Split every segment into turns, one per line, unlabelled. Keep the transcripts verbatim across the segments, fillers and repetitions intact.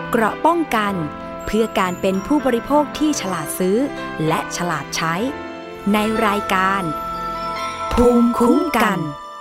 เกราะป้องกันเพื่อการเป็นผู้บริโภคที่ฉลาดซื้อและฉลาดใช้ในรายการภูมิคุ้มกัน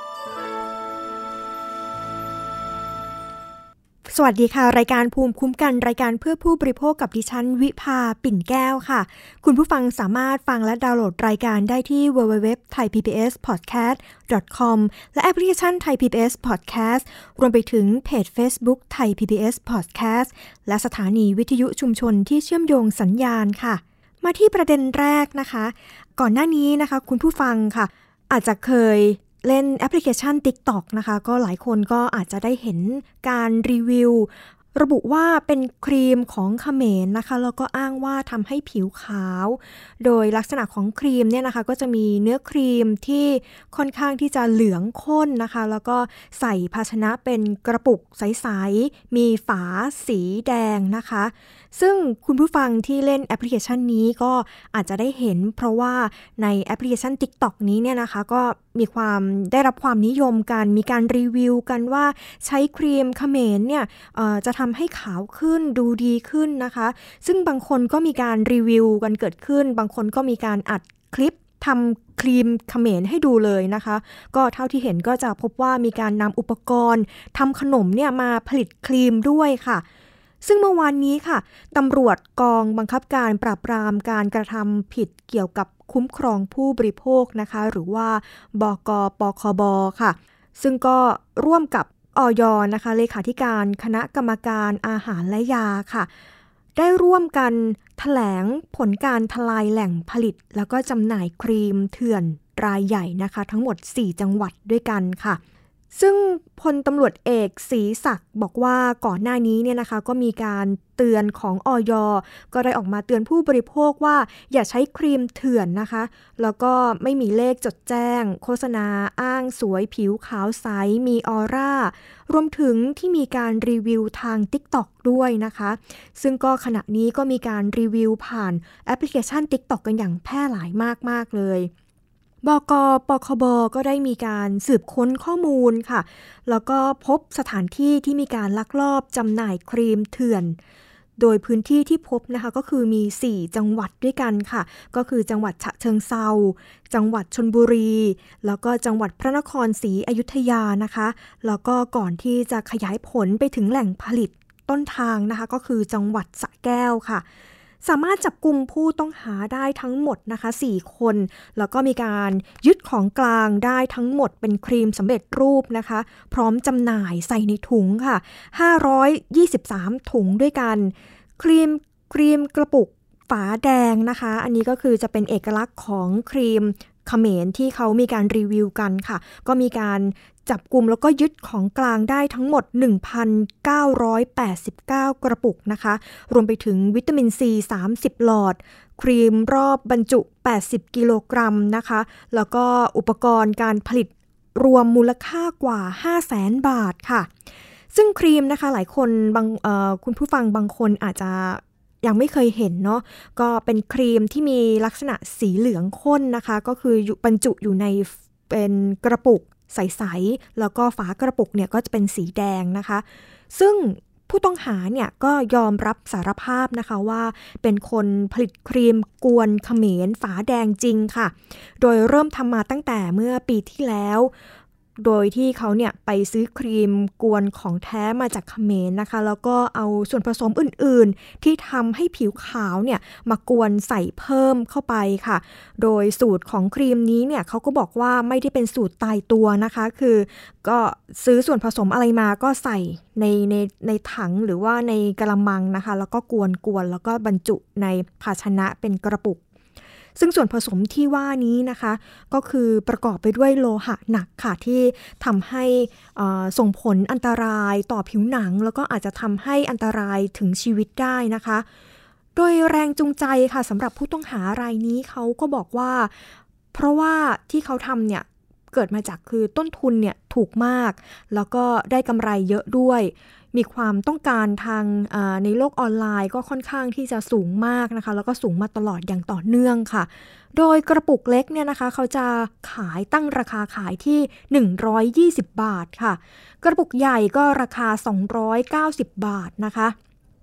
สวัสดีค่ะรายการภูมิคุ้มกันรายการเพื่อผู้บริโภคกับดิฉันวิภาปิ่นแก้วค่ะคุณผู้ฟังสามารถฟังและดาวน์โหลดรายการได้ที่ ดับเบิลยู ดับเบิลยู ดับเบิลยู ดอท ไทย พี บี เอส พอดแคสต์ ดอท คอม และแอปพลิเคชัน Thai พี บี เอส Podcast รวมไปถึงเพจ Facebook Thai พี บี เอส Podcast และสถานีวิทยุชุมชนที่เชื่อมโยงสัญญาณค่ะมาที่ประเด็นแรกนะคะก่อนหน้านี้นะคะคุณผู้ฟังค่ะอาจจะเคยเล่นแอปพลิเคชัน TikTok นะคะก็หลายคนก็อาจจะได้เห็นการรีวิวระบุว่าเป็นครีมของเขมรนะคะแล้วก็อ้างว่าทำให้ผิวขาวโดยลักษณะของครีมเนี่ยนะคะก็จะมีเนื้อครีมที่ค่อนข้างที่จะเหลืองข้นนะคะแล้วก็ใส่ภาชนะเป็นกระปุกใสๆมีฝาสีแดงนะคะซึ่งคุณผู้ฟังที่เล่นแอปพลิเคชันนี้ก็อาจจะได้เห็นเพราะว่าในแอปพลิเคชัน TikTok นี้เนี่ยนะคะก็มีความได้รับความนิยมกันมีการรีวิวกันว่าใช้ครีมเขมรเนี่ยเอ่อจะทำให้ขาวขึ้นดูดีขึ้นนะคะซึ่งบางคนก็มีการรีวิวกันเกิดขึ้นบางคนก็มีการอัดคลิปทำครีมเขมรให้ดูเลยนะคะก็เท่าที่เห็นก็จะพบว่ามีการนำอุปกรณ์ทำขนมเนี่ยมาผลิตครีมด้วยค่ะซึ่งเมื่อวานนี้ค่ะตำรวจกองบังคับการปราบปรามการกระทำผิดเกี่ยวกับคุ้มครองผู้บริโภคนะคะหรือว่าบก.ปคบ.ค่ะซึ่งก็ร่วมกับอย.นะคะเลขาธิการคณะกรรมการอาหารและยาค่ะได้ร่วมกันแถลงผลการทลายแหล่งผลิตแล้วก็จำหน่ายครีมเถื่อนรายใหญ่นะคะทั้งหมดสี่จังหวัดด้วยกันค่ะซึ่งพลตำรวจเอกศรีศักดิ์บอกว่าก่อนหน้านี้เนี่ยนะคะก็มีการเตือนของอย.ก็ได้ออกมาเตือนผู้บริโภคว่าอย่าใช้ครีมเถื่อนนะคะแล้วก็ไม่มีเลขจดแจ้งโฆษณาอ้างสวยผิวขาวใสมีออร่ารวมถึงที่มีการรีวิวทาง TikTok ด้วยนะคะซึ่งก็ขณะนี้ก็มีการรีวิวผ่านแอปพลิเคชัน TikTok กันอย่างแพร่หลายมากๆเลยบก.ปคบ.ก็ได้มีการสืบค้นข้อมูลค่ะแล้วก็พบสถานที่ที่มีการลักลอบจำหน่ายครีมเถื่อนโดยพื้นที่ที่พบนะคะก็คือมีสี่จังหวัดด้วยกันค่ะก็คือจังหวัดฉะเชิงเทราจังหวัดชลบุรีแล้วก็จังหวัดพระนครศรีอยุธยานะคะแล้วก็ก่อนที่จะขยายผลไปถึงแหล่งผลิตต้นทางนะคะก็คือจังหวัดสระแก้วค่ะสามารถจับกุมผู้ต้องหาได้ทั้งหมดนะคะสี่คนแล้วก็มีการยึดของกลางได้ทั้งหมดเป็นครีมสำเร็จรูปนะคะพร้อมจำหน่ายใส่ในถุงค่ะห้าร้อยยี่สิบสามถุงด้วยกันครีมครีมกระปุกฝาแดงนะคะอันนี้ก็คือจะเป็นเอกลักษณ์ของครีมเขมรที่เขามีการรีวิวกันค่ะก็มีการจับกุมแล้วก็ยึดของกลางได้ทั้งหมด หนึ่งพันเก้าร้อยแปดสิบเก้า กระปุกนะคะรวมไปถึงวิตามินซีสามสิบหลอดครีมรอบบรรจุแปดสิบกิโลกรัมนะคะแล้วก็อุปกรณ์การผลิตรวมมูลค่ากว่า ห้าแสน บาทค่ะซึ่งครีมนะคะหลายคนบางเอ่อคุณผู้ฟังบางคนอาจจะยังไม่เคยเห็นเนาะก็เป็นครีมที่มีลักษณะสีเหลืองข้นนะคะก็คือบรรจุอยู่ในเป็นกระปุกใสๆแล้วก็ฝากระปุกเนี่ยก็จะเป็นสีแดงนะคะซึ่งผู้ต้องหาเนี่ยก็ยอมรับสารภาพนะคะว่าเป็นคนผลิตครีมกวนเขมรฝาแดงจริงค่ะโดยเริ่มทำมาตั้งแต่เมื่อปีที่แล้วโดยที่เขาเนี่ยไปซื้อครีมกวนของแท้มาจากเขมรนะคะแล้วก็เอาส่วนผสมอื่นๆที่ทำให้ผิวขาวเนี่ยมากวนใส่เพิ่มเข้าไปค่ะโดยสูตรของครีมนี้เนี่ยเขาก็บอกว่าไม่ได้เป็นสูตรตายตัวนะคะคือก็ซื้อส่วนผสมอะไรมาก็ใส่ในในในถังหรือว่าในกะละมังนะคะแล้วก็กวนๆแล้วก็บรรจุในภาชนะเป็นกระปุกซึ่งส่วนผสมที่ว่านี้นะคะก็คือประกอบไปด้วยโลหะหนักค่ะที่ทำให้ส่งผลอันตรายต่อผิวหนังแล้วก็อาจจะทำให้อันตรายถึงชีวิตได้นะคะโดยแรงจูงใจค่ะสำหรับผู้ต้องหารายนี้เขาก็บอกว่าเพราะว่าที่เขาทำเนี่ยเกิดมาจากคือต้นทุนเนี่ยถูกมากแล้วก็ได้กำไรเยอะด้วยมีความต้องการทางในโลกออนไลน์ก็ค่อนข้างที่จะสูงมากนะคะแล้วก็สูงมาตลอดอย่างต่อเนื่องค่ะโดยกระปุกเล็กเนี่ยนะคะเขาจะขายตั้งราคาขายที่หนึ่งร้อยยี่สิบบาทค่ะกระปุกใหญ่ก็ราคาสองร้อยเก้าสิบบาทนะคะ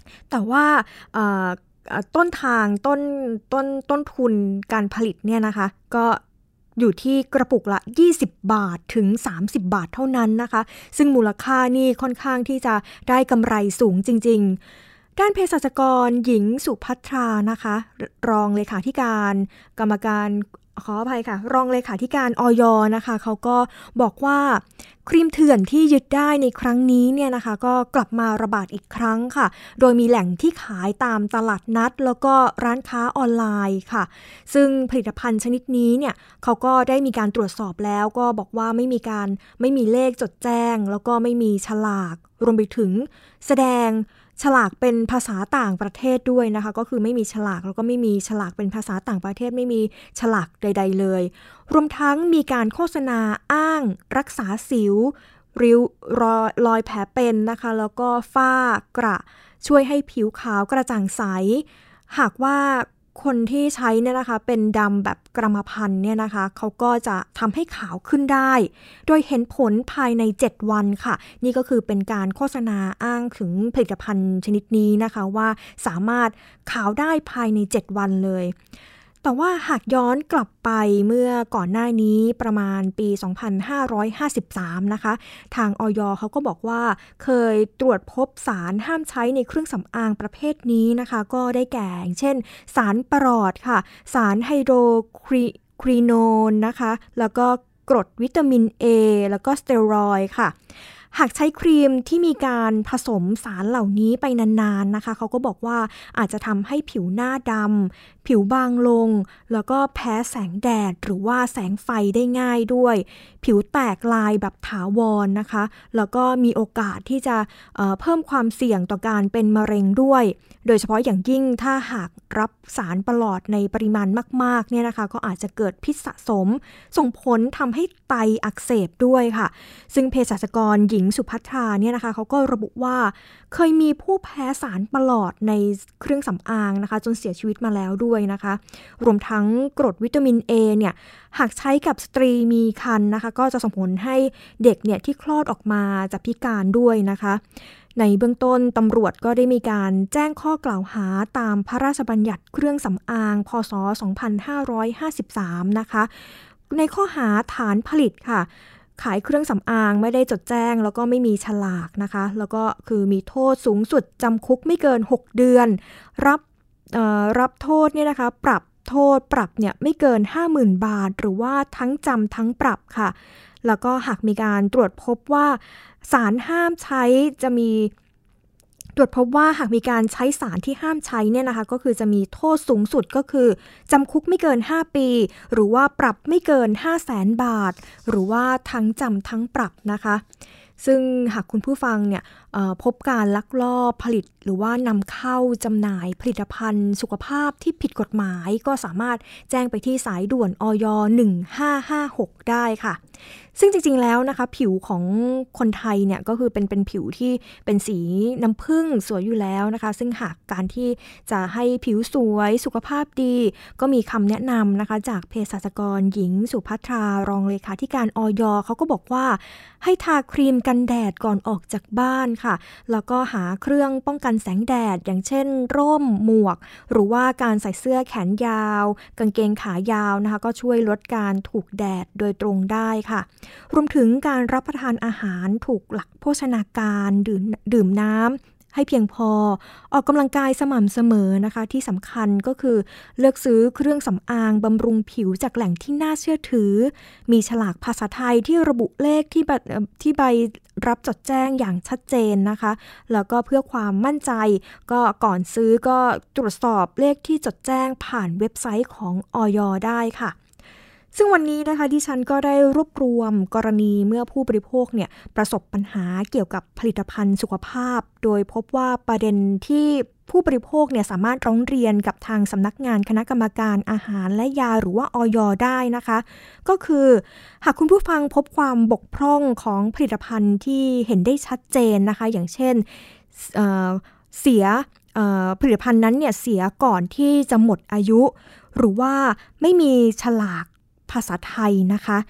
แต่ว่าต้นทางต้นต้นต้นทุนการผลิตเนี่ยนะคะก็อยู่ที่กระปุกละยี่สิบบาทถึงสามสิบบาทเท่านั้นนะคะซึ่งมูลค่านี่ค่อนข้างที่จะได้กำไรสูงจริงๆด้านเภสัชกรหญิงสุภัทรานะคะรองเลขาธิการกรรมการขออภัยค่ะรองเลขาธิการอย.นะคะเขาก็บอกว่าครีมเถื่อนที่ยึดได้ในครั้งนี้เนี่ยนะคะก็กลับมาระบาดอีกครั้งค่ะโดยมีแหล่งที่ขายตามตลาดนัดแล้วก็ร้านค้าออนไลน์ค่ะซึ่งผลิตภัณฑ์ชนิดนี้เนี่ยเขาก็ได้มีการตรวจสอบแล้วก็บอกว่าไม่มีการไม่มีเลขจดแจ้งแล้วก็ไม่มีฉลากรวมไปถึงแสดงฉลากเป็นภาษาต่างประเทศด้วยนะคะก็คือไม่มีฉลากแล้วก็ไม่มีฉลากเป็นภาษาต่างประเทศไม่มีฉลากใดๆเลยรวมทั้งมีการโฆษณาอ้างรักษาสิวริ้วรอยรอยแผลเป็นนะคะแล้วก็ฝ้ากระช่วยให้ผิวขาวกระจ่างใสหากว่าคนที่ใช้เนี่ยนะคะเป็นดำแบบกรรมพันธุ์เนี่ยนะคะเขาก็จะทำให้ขาวขึ้นได้โดยเห็นผลภายในเจ็ดวันค่ะนี่ก็คือเป็นการโฆษณาอ้างถึงผลิตภัณฑ์ชนิดนี้นะคะว่าสามารถขาวได้ภายในเจ็ดวันเลยแต่ว่าหากย้อนกลับไปเมื่อก่อนหน้านี้ประมาณปีสองพันห้าร้อยห้าสิบสามนะคะทางอย.เขาก็บอกว่าเคยตรวจพบสารห้ามใช้ในเครื่องสำอางประเภทนี้นะคะก็ได้แก่อย่างเช่นสารปรอดค่ะสารไฮโดรควิโนนนะคะแล้วก็กรดวิตามิน A แล้วก็สเตียรอยด์ค่ะหากใช้ครีมที่มีการผสมสารเหล่านี้ไปนานๆนะคะเขาก็บอกว่าอาจจะทำให้ผิวหน้าดำผิวบางลงแล้วก็แพ้แสงแดดหรือว่าแสงไฟได้ง่ายด้วยผิวแตกลายแบบถาวรนะคะแล้วก็มีโอกาสที่จะเอ่อเพิ่มความเสี่ยงต่อการเป็นมะเร็งด้วยโดยเฉพาะอย่างยิ่งถ้าหากรับสารปรอดในปริมาณมากๆเนี่ยนะคะก็อาจจะเกิดพิษสะสมส่งผลทำให้ไตอักเสบด้วยค่ะซึ่งเภสัชกรหญิงสุภัทราเนี่ยนะคะเขาก็ระบุว่าเคยมีผู้แพ้สารปรอดในเครื่องสำอางนะคะจนเสียชีวิตมาแล้วด้วยนะคะรวมทั้งกรดวิตามิน A เนี่ยหากใช้กับสตรีมีครรภ์นะคะก็จะส่งผลให้เด็กเนี่ยที่คลอดออกมาจะพิการด้วยนะคะในเบื้องต้นตำรวจก็ได้มีการแจ้งข้อกล่าวหาตามพระราชบัญญัติเครื่องสำอางพ.ศ. สองพันห้าร้อยห้าสิบสามนะคะในข้อหาฐานผลิตค่ะขายเครื่องสำอางไม่ได้จดแจ้งแล้วก็ไม่มีฉลากนะคะแล้วก็คือมีโทษสูงสุดจำคุกไม่เกินหกเดือนรับเอ่อรับโทษเนี่ยนะคะปรับโทษปรับเนี่ยไม่เกิน ห้าหมื่น บาทหรือว่าทั้งจำทั้งปรับค่ะแล้วก็หากมีการตรวจพบว่าสารห้ามใช้จะมีตรวจพบว่าหากมีการใช้สารที่ห้ามใช้เนี่ยนะคะก็คือจะมีโทษสูงสุดก็คือจำคุกไม่เกินห้าปีหรือว่าปรับไม่เกิน ห้าแสน บาทหรือว่าทั้งจำทั้งปรับนะคะซึ่งหากคุณผู้ฟังเนี่ยพบการลักลอบผลิตหรือว่านำเข้าจำหน่ายผลิตภัณฑ์สุขภาพที่ผิดกฎหมายก็สามารถแจ้งไปที่สายด่วนอย หนึ่งห้าห้าหกได้ค่ะซึ่งจริงๆแล้วนะคะผิวของคนไทยเนี่ยก็คือเป็นเป็นผิวที่เป็นสีน้ำผึ้งสวยอยู่แล้วนะคะซึ่งหากการที่จะให้ผิวสวยสุขภาพดีก็มีคำแนะนำนะคะจากเภสัชกรหญิงสุภัทรารองเลขาธิการอย.เขาก็บอกว่าให้ทาครีมกันแดดก่อนออกจากบ้านค่ะแล้วก็หาเครื่องป้องกันแสงแดดอย่างเช่นร่มหมวกหรือว่าการใส่เสื้อแขนยาวกางเกงขายาวนะคะก็ช่วยลดการถูกแดดโดยตรงได้ค่ะรวมถึงการรับประทานอาหารถูกหลักโภชนาการดื่มดื่มน้ำให้เพียงพอออกกำลังกายสม่ำเสมอนะคะที่สำคัญก็คือเลือกซื้อเครื่องสำอางบำรุงผิวจากแหล่งที่น่าเชื่อถือมีฉลากภาษาไทยที่ระบุเลขที่ที่ใบรับจดแจ้งอย่างชัดเจนนะคะแล้วก็เพื่อความมั่นใจก็ก่อนซื้อก็ตรวจสอบเลขที่จดแจ้งผ่านเว็บไซต์ของอย.ได้ค่ะซึ่งวันนี้นะคะดิฉันก็ได้รวบรวมกรณีเมื่อผู้บริโภคเนี่ยประสบปัญหาเกี่ยวกับผลิตภัณฑ์สุขภาพโดยพบว่าประเด็นที่ผู้บริโภคเนี่ยสามารถร้องเรียนกับทางสำนักงานคณะกรรมการอาหารและยาหรือว่าอย.ได้นะคะก็คือหากคุณผู้ฟังพบความบกพร่องของผลิตภัณฑ์ที่เห็นได้ชัดเจนนะคะอย่างเช่น เอ่อ เสียผลิตภัณฑ์นั้นเนี่ยเสียก่อนที่จะหมดอายุหรือว่าไม่มีฉลากภาษาไทยนะคะ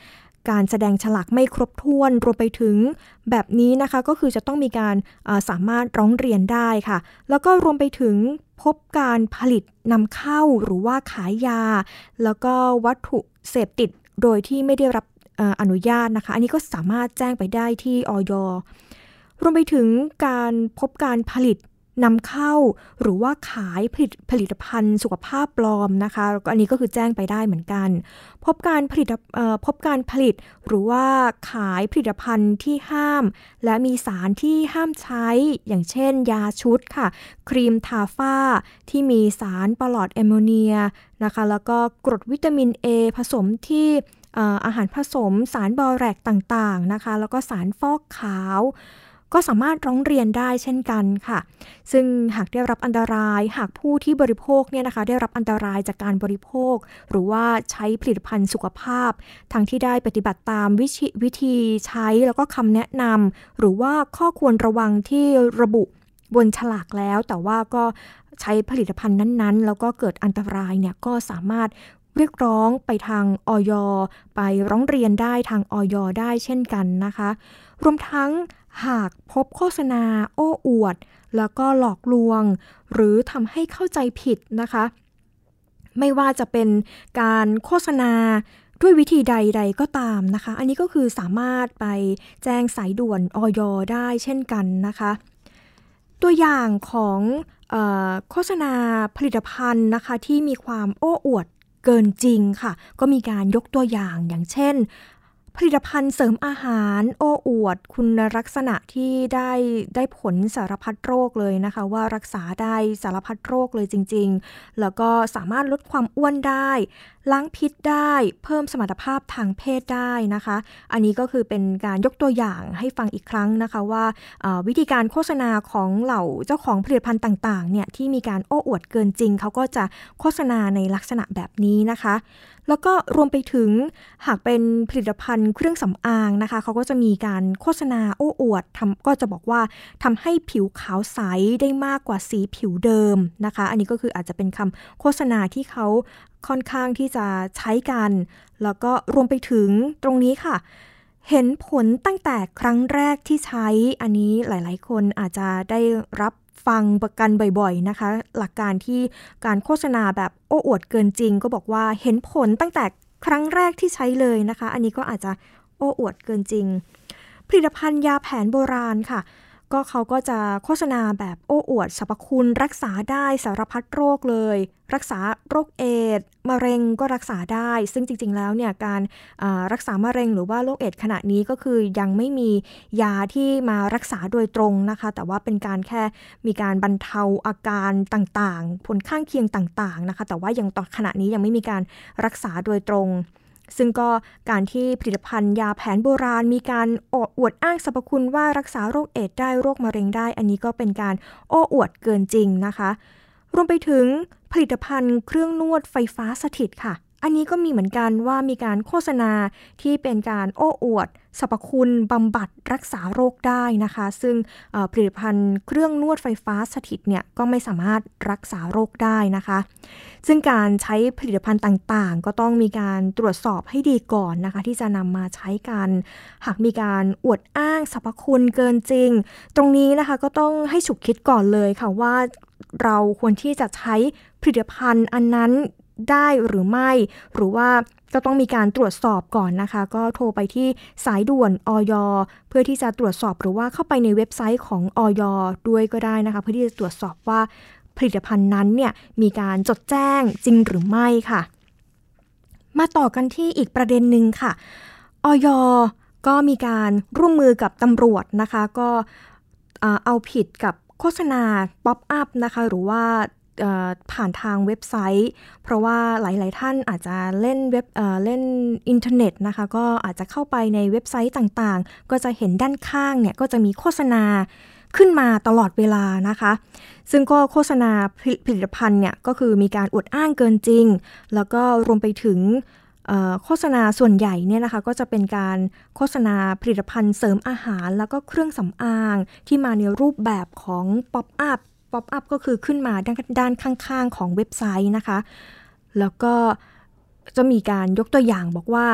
การแสดงฉลากไม่ครบถ้วนรวมไปถึงแบบนี้นะคะก็คือจะต้องมีการสามารถร้องเรียนได้ค่ะแล้วก็รวมไปถึงพบการผลิตนำเข้าหรือว่าขายยาแล้วก็วัตถุเสพติดโดยที่ไม่ได้รับอนุญาตนะคะอันนี้ก็สามารถแจ้งไปได้ที่อย.รวมไปถึงการพบการผลิตนำเข้าหรือว่าขายผลิตผลิตภัณฑ์สุขภาพปลอมนะคะอันนี้ก็คือแจ้งไปได้เหมือนกันพบการผลิตพบการผลิตหรือว่าขายผลิตภัณฑ์ที่ห้ามและมีสารที่ห้ามใช้อย่างเช่นยาชุดค่ะครีมทาฝ้าที่มีสารปลอดแอมโมเนียนะคะแล้วก็กรดวิตามิน A ผสมที่อาหารผสมสารบอแรกต่างๆนะคะแล้วก็สารฟอกขาวก็สามารถร้องเรียนได้เช่นกันค่ะซึ่งหากได้รับอันตรายหากผู้ที่บริโภคเนี่ยนะคะได้รับอันตรายจากการบริโภคหรือว่าใช้ผลิตภัณฑ์สุขภาพทั้งที่ได้ปฏิบัติตามวิธีวิธีใช้แล้วก็คำแนะนำหรือว่าข้อควรระวังที่ระบุบนฉลากแล้วแต่ว่าก็ใช้ผลิตภัณฑ์นั้นๆแล้วก็เกิดอันตรายเนี่ยก็สามารถเรียกร้องไปทางอย.ไปร้องเรียนได้ทางอย.ได้เช่นกันนะคะรวมทั้งหากพบโฆษณาโอ้อวดแล้วก็หลอกลวงหรือทำให้เข้าใจผิดนะคะไม่ว่าจะเป็นการโฆษณาด้วยวิธีใดๆก็ตามนะคะอันนี้ก็คือสามารถไปแจ้งสายด่วนอย.ได้เช่นกันนะคะตัวอย่างของเอ่อโฆษณาผลิตภัณฑ์นะคะที่มีความโอ้อวดเกินจริงค่ะก็มีการยกตัวอย่างอย่างเช่นผลิตภัณฑ์เสริมอาหารโอ้อวดคุณลักษณะที่ได้ได้ผลสารพัดโรคเลยนะคะว่ารักษาได้สารพัดโรคเลยจริงๆแล้วก็สามารถลดความอ้วนได้ล้างพิษได้เพิ่มสมรรถภาพทางเพศได้นะคะอันนี้ก็คือเป็นการยกตัวอย่างให้ฟังอีกครั้งนะคะว่าวิธีการโฆษณาของเหล่าเจ้าของผลิตภัณฑ์ต่างๆเนี่ยที่มีการโอ้อวดเกินจริงเขาก็จะโฆษณาในลักษณะแบบนี้นะคะแล้วก็รวมไปถึงหากเป็นผลิตภัณฑ์เครื่องสำอางนะคะเขาก็จะมีการโฆษณาโอ้อวดทำก็จะบอกว่าทำให้ผิวขาวใสได้มากกว่าสีผิวเดิมนะคะอันนี้ก็คืออาจจะเป็นคำโฆษณาที่เขาค่อนข้างที่จะใช้กันแล้วก็รวมไปถึงตรงนี้ค่ะเห็นผลตั้งแต่ครั้งแรกที่ใช้อันนี้หลายๆคนอาจจะได้รับฟังประกันบ่อยๆนะคะหลักการที่การโฆษณาแบบโอ้อวดเกินจริงก็บอกว่าเห็นผลตั้งแต่ครั้งแรกที่ใช้เลยนะคะอันนี้ก็อาจจะโอ้อวดเกินจริงผลิตภัณฑ์ยาแผนโบราณค่ะก็เขาก็จะโฆษณาแบบโอ้อวดสรรพคุณรักษาได้สารพัดโรคเลยรักษาโรคเอดส์มะเร็งก็รักษาได้ซึ่งจริงๆแล้วเนี่ยการรักษามะเร็งหรือว่าโรคเอดส์ขณะนี้ก็คือยังไม่มียาที่มารักษาโดยตรงนะคะแต่ว่าเป็นการแค่มีการบรรเทาอาการต่างๆผลข้างเคียงต่างๆนะคะแต่ว่ายังตอนขณะนี้ยังไม่มีการรักษาโดยตรงซึ่งก็การที่ผลิตภัณฑ์ยาแผนโบราณมีการอวดอ้างสรรพคุณว่ารักษาโรคเอดส์ได้โรคมะเร็งได้อันนี้ก็เป็นการโอ้อวดเกินจริงนะคะรวมไปถึงผลิตภัณฑ์เครื่องนวดไฟฟ้าสถิตค่ะอันนี้ก็มีเหมือนกันว่ามีการโฆษณาที่เป็นการโอ้อวดสรรพคุณบำบัดรักษาโรคได้นะคะซึ่งผลิตภัณฑ์เครื่องนวดไฟฟ้าสถิตเนี่ยก็ไม่สามารถรักษาโรคได้นะคะซึ่งการใช้ผลิตภัณฑ์ต่างๆก็ต้องมีการตรวจสอบให้ดีก่อนนะคะที่จะนำมาใช้กันหากมีการอวดอ้างสรรพคุณเกินจริงตรงนี้นะคะก็ต้องให้ฉุกคิดก่อนเลยค่ะว่าเราควรที่จะใช้ผลิตภัณฑ์อันนั้นได้หรือไม่หรือว่าก็ต้องมีการตรวจสอบก่อนนะคะก็โทรไปที่สายด่วนอย.เพื่อที่จะตรวจสอบหรือว่าเข้าไปในเว็บไซต์ของอย.ด้วยก็ได้นะคะเพื่อที่จะตรวจสอบว่าผลิตภัณฑ์นั้นเนี่ยมีการจดแจ้งจริงหรือไม่ค่ะมาต่อกันที่อีกประเด็นหนึ่งค่ะอย.ก็มีการร่วมมือกับตำรวจนะคะก็เอาผิดกับโฆษณาป๊อปอัพนะคะหรือว่าผ่านทางเว็บไซต์เพราะว่าหลายๆท่านอาจจะเล่นเว็บเอ่อเล่นอินเทอร์เน็ตนะคะก็อาจจะเข้าไปในเว็บไซต์ต่างๆก็จะเห็นด้านข้างเนี่ยก็จะมีโฆษณาขึ้นมาตลอดเวลานะคะซึ่งก็โฆษณาผลิตภัณฑ์เนี่ยก็คือมีการอวดอ้างเกินจริงแล้วก็รวมไปถึงโฆษณาส่วนใหญ่เนี่ยนะคะก็จะเป็นการโฆษณาผลิตภัณฑ์เสริมอาหารแล้วก็เครื่องสำอางที่มาในรูปแบบของป๊อปอัพป๊อปอัพก็คือขึ้นมาด้านด้านข้างๆของเว็บไซต์นะคะแล้วก็จะมีการยกตัวอย่างบอกว่า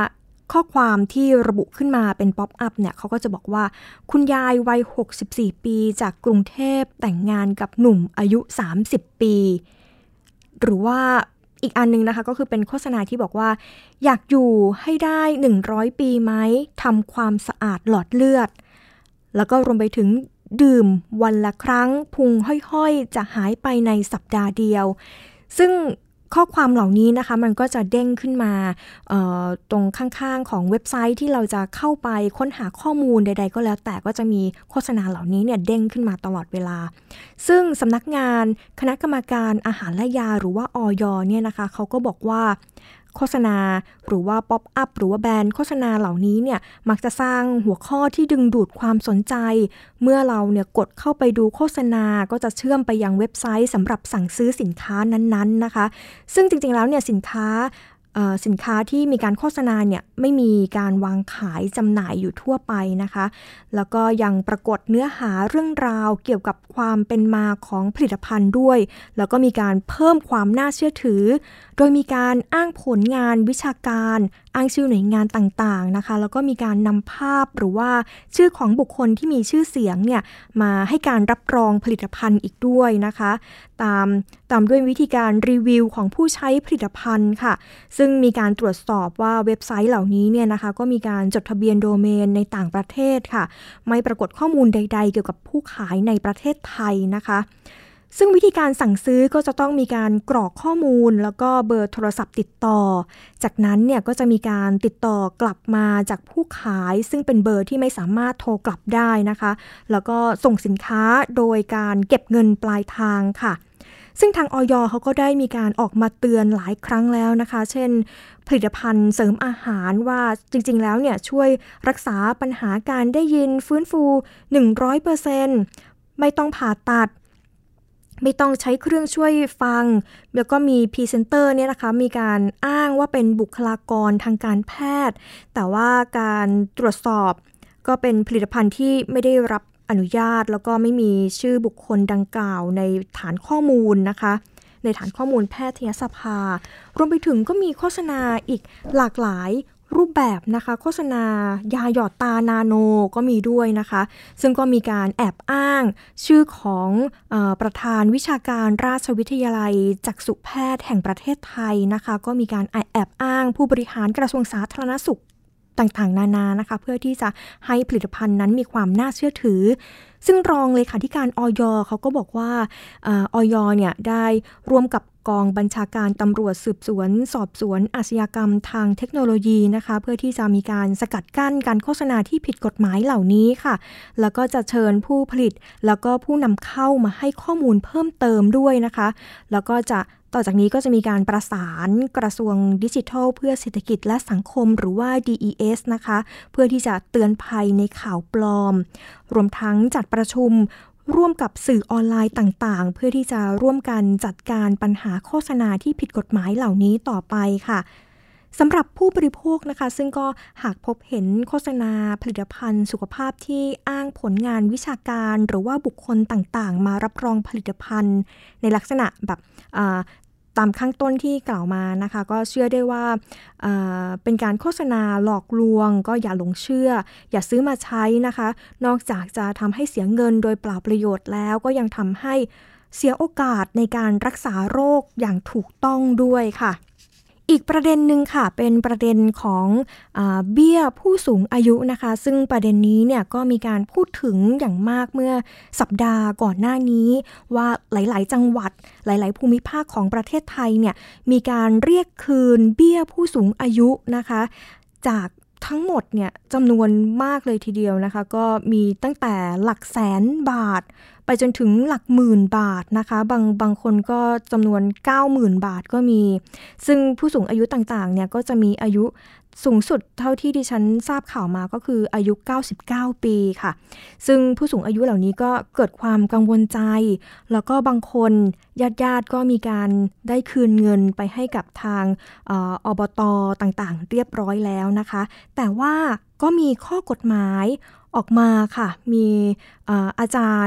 ข้อความที่ระบุขึ้นมาเป็นป๊อปอัพเนี่ยเขาก็จะบอกว่าคุณยายวัยหกสิบสี่ปีจากกรุงเทพแต่งงานกับหนุ่มอายุสามสิบปีหรือว่าอีกอันนึงนะคะก็คือเป็นโฆษณาที่บอกว่าอยากอยู่ให้ได้หนึ่งร้อยปีไหมทำความสะอาดหลอดเลือดแล้วก็รวมไปถึงดื่มวันละครั้งพุงห้อยๆจะหายไปในสัปดาห์เดียวซึ่งข้อความเหล่านี้นะคะมันก็จะเด้งขึ้นมาตรงข้างๆของเว็บไซต์ที่เราจะเข้าไปค้นหาข้อมูลใดๆก็แล้วแต่ก็จะมีโฆษณาเหล่านี้เนี่ยเด้งขึ้นมาตลอดเวลาซึ่งสำนักงานคณะกรรมการอาหารและยาหรือว่าอย.เนี่ยนะคะเขาก็บอกว่าโฆษณาหรือว่าป๊อปอัพหรือว่าแบรนด์โฆษณาเหล่านี้เนี่ยมักจะสร้างหัวข้อที่ดึงดูดความสนใจเมื่อเราเนี่ยกดเข้าไปดูโฆษณาก็จะเชื่อมไปยังเว็บไซต์สำหรับสั่งซื้อสินค้านั้นๆนะคะซึ่งจริงๆแล้วเนี่ยสินค้าสินค้าที่มีการโฆษณาเนี่ยไม่มีการวางขายจำหน่ายอยู่ทั่วไปนะคะแล้วก็ยังปรากฏเนื้อหาเรื่องราวเกี่ยวกับความเป็นมาของผลิตภัณฑ์ด้วยแล้วก็มีการเพิ่มความน่าเชื่อถือโดยมีการอ้างผลงานวิชาการอ้างชื่อหน่วยงานต่างๆนะคะแล้วก็มีการนำภาพหรือว่าชื่อของบุคคลที่มีชื่อเสียงเนี่ยมาให้การรับรองผลิตภัณฑ์อีกด้วยนะคะตามตามด้วยวิธีการรีวิวของผู้ใช้ผลิตภัณฑ์ค่ะซึ่งมีการตรวจสอบว่าเว็บไซต์เหล่านี้เนี่ยนะคะก็มีการจดทะเบียนโดเมนในต่างประเทศค่ะไม่ปรากฏข้อมูลใดๆเกี่ยวกับผู้ขายในประเทศไทยนะคะซึ่งวิธีการสั่งซื้อก็จะต้องมีการกรอกข้อมูลแล้วก็เบอร์โทรศัพท์ติดต่อจากนั้นเนี่ยก็จะมีการติดต่อกลับมาจากผู้ขายซึ่งเป็นเบอร์ที่ไม่สามารถโทรกลับได้นะคะแล้วก็ส่งสินค้าโดยการเก็บเงินปลายทางค่ะซึ่งทางอย.เขาก็ได้มีการออกมาเตือนหลายครั้งแล้วนะคะเช่นผลิตภัณฑ์เสริมอาหารว่าจริงๆแล้วเนี่ยช่วยรักษาปัญหาการได้ยินฟื้นฟู หนึ่งร้อยเปอร์เซ็นต์ ไม่ต้องผ่าตัดไม่ต้องใช้เครื่องช่วยฟังแล้วก็มีพรีเซนเตอร์เนี่ยนะคะมีการอ้างว่าเป็นบุคลากรทางการแพทย์แต่ว่าการตรวจสอบก็เป็นผลิตภัณฑ์ที่ไม่ได้รับอนุญาตแล้วก็ไม่มีชื่อบุคคลดังกล่าวในฐานข้อมูลนะคะในฐานข้อมูลแพทยสภารวมไปถึงก็มีโฆษณาอีกหลากหลายรูปแบบนะคะโฆษณายาหยอดตานาโนก็มีด้วยนะคะซึ่งก็มีการแอบอ้างชื่อของเอ่อประธานวิชาการราชวิทยาลัยจักษุแพทย์แห่งประเทศไทยนะคะก็มีการแอบอ้างผู้บริหารกระทรวงสาธารณสุขต่างๆนานานะคะเพื่อที่จะให้ผลิตภัณฑ์นั้นมีความน่าเชื่อถือซึ่งรองเลขาธิการอย.เขาก็บอกว่าอย.เนี่ยได้ร่วมกับกองบัญชาการตำรวจสืบสวนสอบสวนอาชญากรรมทางเทคโนโลยีนะคะเพื่อที่จะมีการสกัดกั้นการโฆษณาที่ผิดกฎหมายเหล่านี้ค่ะแล้วก็จะเชิญผู้ผลิตแล้วก็ผู้นำเข้ามาให้ข้อมูลเพิ่มเติมด้วยนะคะแล้วก็จะต่อจากนี้ก็จะมีการประสานกระทรวงดิจิทัลเพื่อเศรษฐกิจและสังคมหรือว่า ดี อี เอส นะคะเพื่อที่จะเตือนภัยในข่าวปลอมรวมทั้งจัดประชุมร่วมกับสื่อออนไลน์ต่างๆเพื่อที่จะร่วมกันจัดการปัญหาโฆษณาที่ผิดกฎหมายเหล่านี้ต่อไปค่ะสำหรับผู้บริโภคนะคะซึ่งก็หากพบเห็นโฆษณาผลิตภัณฑ์สุขภาพที่อ้างผลงานวิชาการหรือว่าบุคคลต่างๆมารับรองผลิตภัณฑ์ในลักษณะแบบตามข้างต้นที่กล่าวมานะคะก็เชื่อได้ว่าเป็นการโฆษณาหลอกลวงก็อย่าหลงเชื่ออย่าซื้อมาใช้นะคะนอกจากจะทำให้เสียเงินโดยเปล่าประโยชน์แล้วก็ยังทำให้เสียโอกาสในการรักษาโรคอย่างถูกต้องด้วยค่ะอีกประเด็นหนึ่งค่ะเป็นประเด็นของอ่าเบี้ยผู้สูงอายุนะคะซึ่งประเด็นนี้เนี่ยก็มีการพูดถึงอย่างมากเมื่อสัปดาห์ก่อนหน้านี้ว่าหลายๆจังหวัดหลายๆภูมิภาคของประเทศไทยเนี่ยมีการเรียกคืนเบี้ยผู้สูงอายุนะคะจากทั้งหมดเนี่ยจำนวนมากเลยทีเดียวนะคะก็มีตั้งแต่หลักแสนบาทไปจนถึงหลักหมื่นบาทนะคะบางบางคนก็จำนวน เก้าหมื่น บาทก็มีซึ่งผู้สูงอายุต่างๆเนี่ยก็จะมีอายุสูงสุดเท่าที่ดิฉันทราบข่าวมาก็คืออายุเก้าสิบเก้าปีค่ะซึ่งผู้สูงอายุเหล่านี้ก็เกิดความกังวลใจแล้วก็บางคนญาติๆก็มีการได้คืนเงินไปให้กับทางเอ่อ อบต.ต่างๆเรียบร้อยแล้วนะคะแต่ว่าก็มีข้อกฎหมายออกมาค่ะมีเอ่ออาจารย์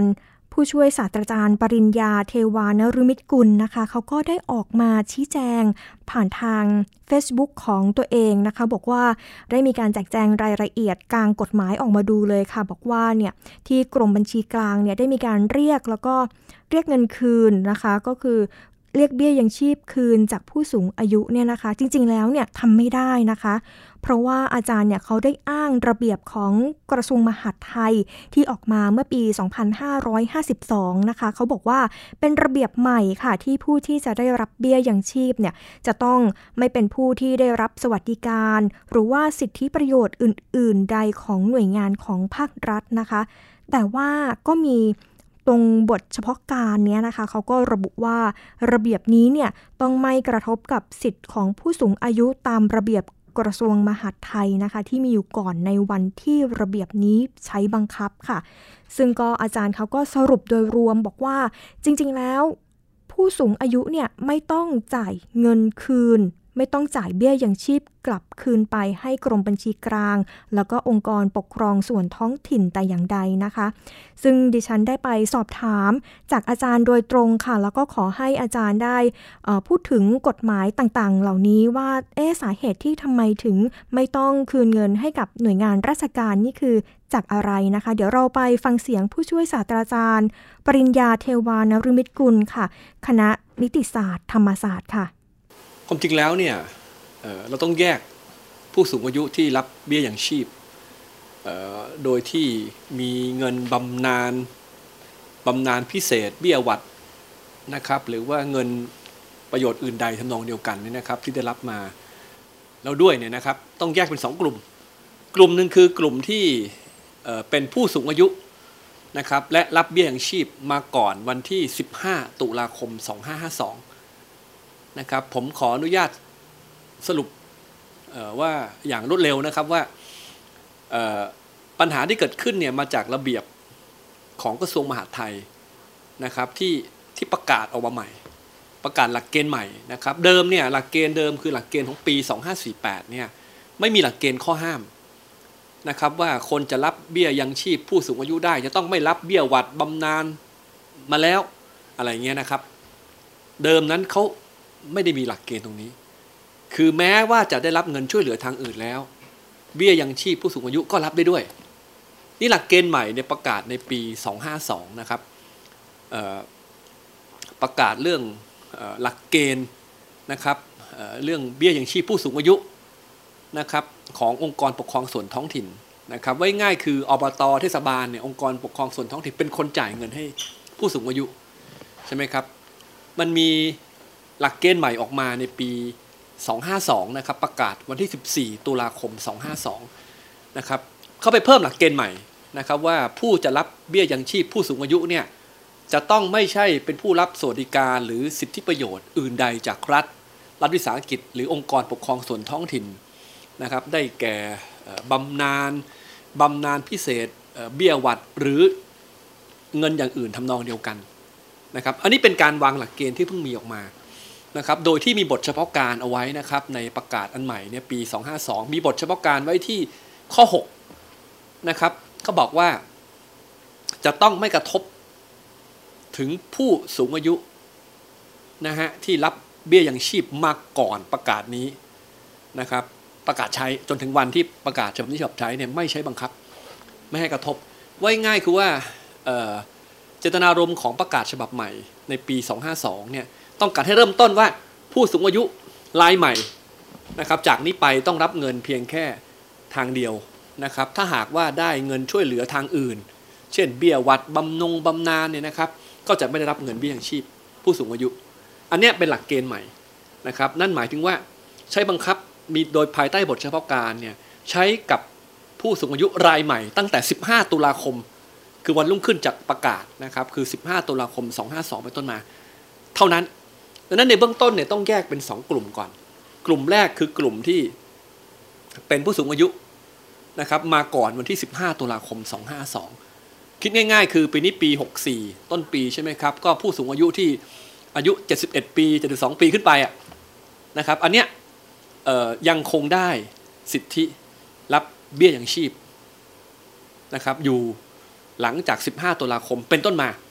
ผู้ช่วยศาสตราจารย์ปริญญาเทวานฤมิตกุลนะคะเขาก็ได้ออกมาชี้แจงผ่านทาง Facebook ของตัวเองนะคะบอกว่าได้มีการแจกแจงรายละเอียดกลางกฎหมายออกมาดูเลยค่ะบอกว่าเนี่ยที่กรมบัญชีกลางเนี่ยได้มีการเรียกแล้วก็เรียกเงินคืนนะคะก็คือเรียกเบี้ยยังชีพคืนจากผู้สูงอายุเนี่ยนะคะจริงๆแล้วเนี่ยทำไม่ได้นะคะเพราะว่าอาจารย์เนี่ยเขาได้อ้างระเบียบของกระทรวงมหาดไทยที่ออกมาเมื่อปีสองพันห้าร้อยห้าสิบสองนะคะเขาบอกว่าเป็นระเบียบใหม่ค่ะที่ผู้ที่จะได้รับเบี้ยยังชีพเนี่ยจะต้องไม่เป็นผู้ที่ได้รับสวัสดิการหรือว่าสิทธิประโยชน์อื่นๆใดของหน่วยงานของภาครัฐนะคะแต่ว่าก็มีตรงบทเฉพาะการเนี้ยนะคะเขาก็ระบุว่าระเบียบนี้เนี่ยต้องไม่กระทบกับสิทธิ์ของผู้สูงอายุตามระเบียบกระทรวงมหาดไทยนะคะที่มีอยู่ก่อนในวันที่ระเบียบนี้ใช้บังคับค่ะซึ่งก็อาจารย์เขาก็สรุปโดยรวมบอกว่าจริงๆแล้วผู้สูงอายุเนี่ยไม่ต้องจ่ายเงินคืนไม่ต้องจ่ายเบี้ยยังชีพกลับคืนไปให้กรมบัญชีกลางแล้วก็องค์กรปกครองส่วนท้องถิ่นแต่อย่างใดนะคะซึ่งดิฉันได้ไปสอบถามจากอาจารย์โดยตรงค่ะแล้วก็ขอให้อาจารย์ได้พูดถึงกฎหมายต่างๆเหล่านี้ว่าเอ๊ะสาเหตุที่ทำไมถึงไม่ต้องคืนเงินให้กับหน่วยงานราชการนี่คือจากอะไรนะคะเดี๋ยวเราไปฟังเสียงผู้ช่วยศาสตราจารย์ปริญญาเทวานฤมิตกุลค่ะคณะนิติศาสตร์ธรรมศาสตร์ค่ะ
ความจริงแล้วเนี่ย เอ่อ เราต้องแยกผู้สูงอายุที่รับเบี้ยยังชีพโดยที่มีเงินบำนาญบำนาญพิเศษเบี้ยหวัดนะครับหรือว่าเงินประโยชน์อื่นใดทำนองเดียวกันนี่นะครับที่ได้รับมาแล้วด้วยเนี่ยนะครับต้องแยกเป็นสองกลุ่มกลุ่มหนึ่งคือกลุ่มที่เอ่อเป็นผู้สูงอายุนะครับและรับเบี้ยยังชีพมาก่อนวันที่สิบห้าตุลาคมสองพันห้าร้อยห้าสิบสองนะครับผมขออนุญาตสรุปว่าอย่างรวดเร็วนะครับว่าปัญหาที่เกิดขึ้นเนี่ยมาจากระเบียบของกระทรวงมหาดไทยนะครับที่ที่ประกาศออกมาใหม่ประกาศหลักเกณฑ์ใหม่นะครับเดิมเนี่ยหลักเกณฑ์เดิมคือหลักเกณฑ์ของปีสองพันห้าร้อยสี่สิบแปดเนี่ยไม่มีหลักเกณฑ์ข้อห้ามนะครับว่าคนจะรับเบี้ยยังชีพผู้สูงอายุได้จะต้องไม่รับเบี้ยหวัดบำนาญมาแล้วอะไรเงี้ยนะครับเดิมนั้นเขาไม่ได้มีหลักเกณฑ์ตรงนี้คือแม้ว่าจะได้รับเงินช่วยเหลือทางอื่นแล้วเบี้ยยังชีพผู้สูงอายุก็รับได้ด้วยนี่หลักเกณฑ์ใหม่เนี่ยประกาศในปีสองพันห้าร้อยห้าสิบสองนะครับประกาศเรื่องหลักเกณฑ์นะครับเรื่องเบี้ยยังชีพผู้สูงอายุนะครับขององค์กรปกครองส่วนท้องถิ่นนะครับไว้ง่ายคืออบต.เทศบาลเนี่ยองค์กรปกครองส่วนท้องถิ่นเป็นคนจ่ายเงินให้ผู้สูงอายุใช่ไหมครับมันมีหลักเกณฑ์ใหม่ออกมาในปีสองพันห้าร้อยห้าสิบสองนะครับประกาศวันที่สิบสี่ตุลาคมสองพันห้าร้อยห้าสิบสองนะครับเข้าไปเพิ่มหลักเกณฑ์ใหม่นะครับว่าผู้จะรับเบี้ยยังชีพผู้สูงอายุเนี่ยจะต้องไม่ใช่เป็นผู้รับสวัสดิการหรือสิทธิประโยชน์อื่นใดจากรัฐรัฐวิสาหกิจหรือองค์กรปกครองส่วนท้องถิ่นนะครับได้แก่บำนาญบำนาญพิเศษเบี้ยหวัดหรือเงินอย่างอื่นทำนองเดียวกันนะครับอันนี้เป็นการวางหลักเกณฑ์ที่เพิ่งมีออกมานะครับโดยที่มีบทเฉพาะการเอาไว้นะครับในประกาศอันใหม่เนี่ยปีสองพันห้าร้อยห้าสิบสองมีบทเฉพาะการไว้ที่ข้อหกนะครับเขาบอกว่าจะต้องไม่กระทบถึงผู้สูงอายุนะฮะที่รับเบี้ยยังชีพมาก่อนประกาศนี้นะครับประกาศใช้จนถึงวันที่ประกาศฉบับนี้ฉบับใช้เนี่ยไม่ใช้บังคับไม่ให้กระทบไว้ง่ายคือว่าเอ่อเจตนารมณ์ของประกาศฉบับใหม่ในปีสองพันห้าร้อยห้าสิบสองเนี่ยต้องการให้เริ่มต้นว่าผู้สูงอายุรายใหม่นะครับจากนี้ไปต้องรับเงินเพียงแค่ทางเดียวนะครับถ้าหากว่าได้เงินช่วยเหลือทางอื่นเช่นเบี้ยหวัดบำนงบำนาญเนี่ยนะครับก็จะไม่ได้รับเงินเบี้ยยังชีพผู้สูงอายุอันนี้เป็นหลักเกณฑ์ใหม่นะครับนั่นหมายถึงว่าใช้บังคับมีโดยภายใต้บทเฉพาะการเนี่ยใช้กับผู้สูงอายุรายใหม่ตั้งแต่สิบห้าตุลาคมคือวันรุ่งขึ้นจากประกาศนะครับคือสิบห้าตุลาคมสองพันห้าร้อยห้าสิบสองเป็นต้นมาเท่านั้นดังนั้นในเบื้องต้นเนี่ยต้องแยกเป็นสองกลุ่มก่อนกลุ่มแรกคือกลุ่มที่เป็นผู้สูงอายุนะครับมาก่อนวันที่สิบห้าตุลาคมสองพันห้าร้อยห้าสิบสองคิดง่ายๆคือปีนี้ปีหกสิบสี่ต้นปีใช่ไหมครับก็ผู้สูงอายุที่อายุเจ็ดสิบเอ็ดปีเจ็ดสิบสองปีขึ้นไปอ่ะนะครับอันเนี้ยเอ่อยังคงได้สิทธิรับเบี้ยยังชีพนะครับอยู่หลังจากสิบห้าตุลาคมเป็นต้นมา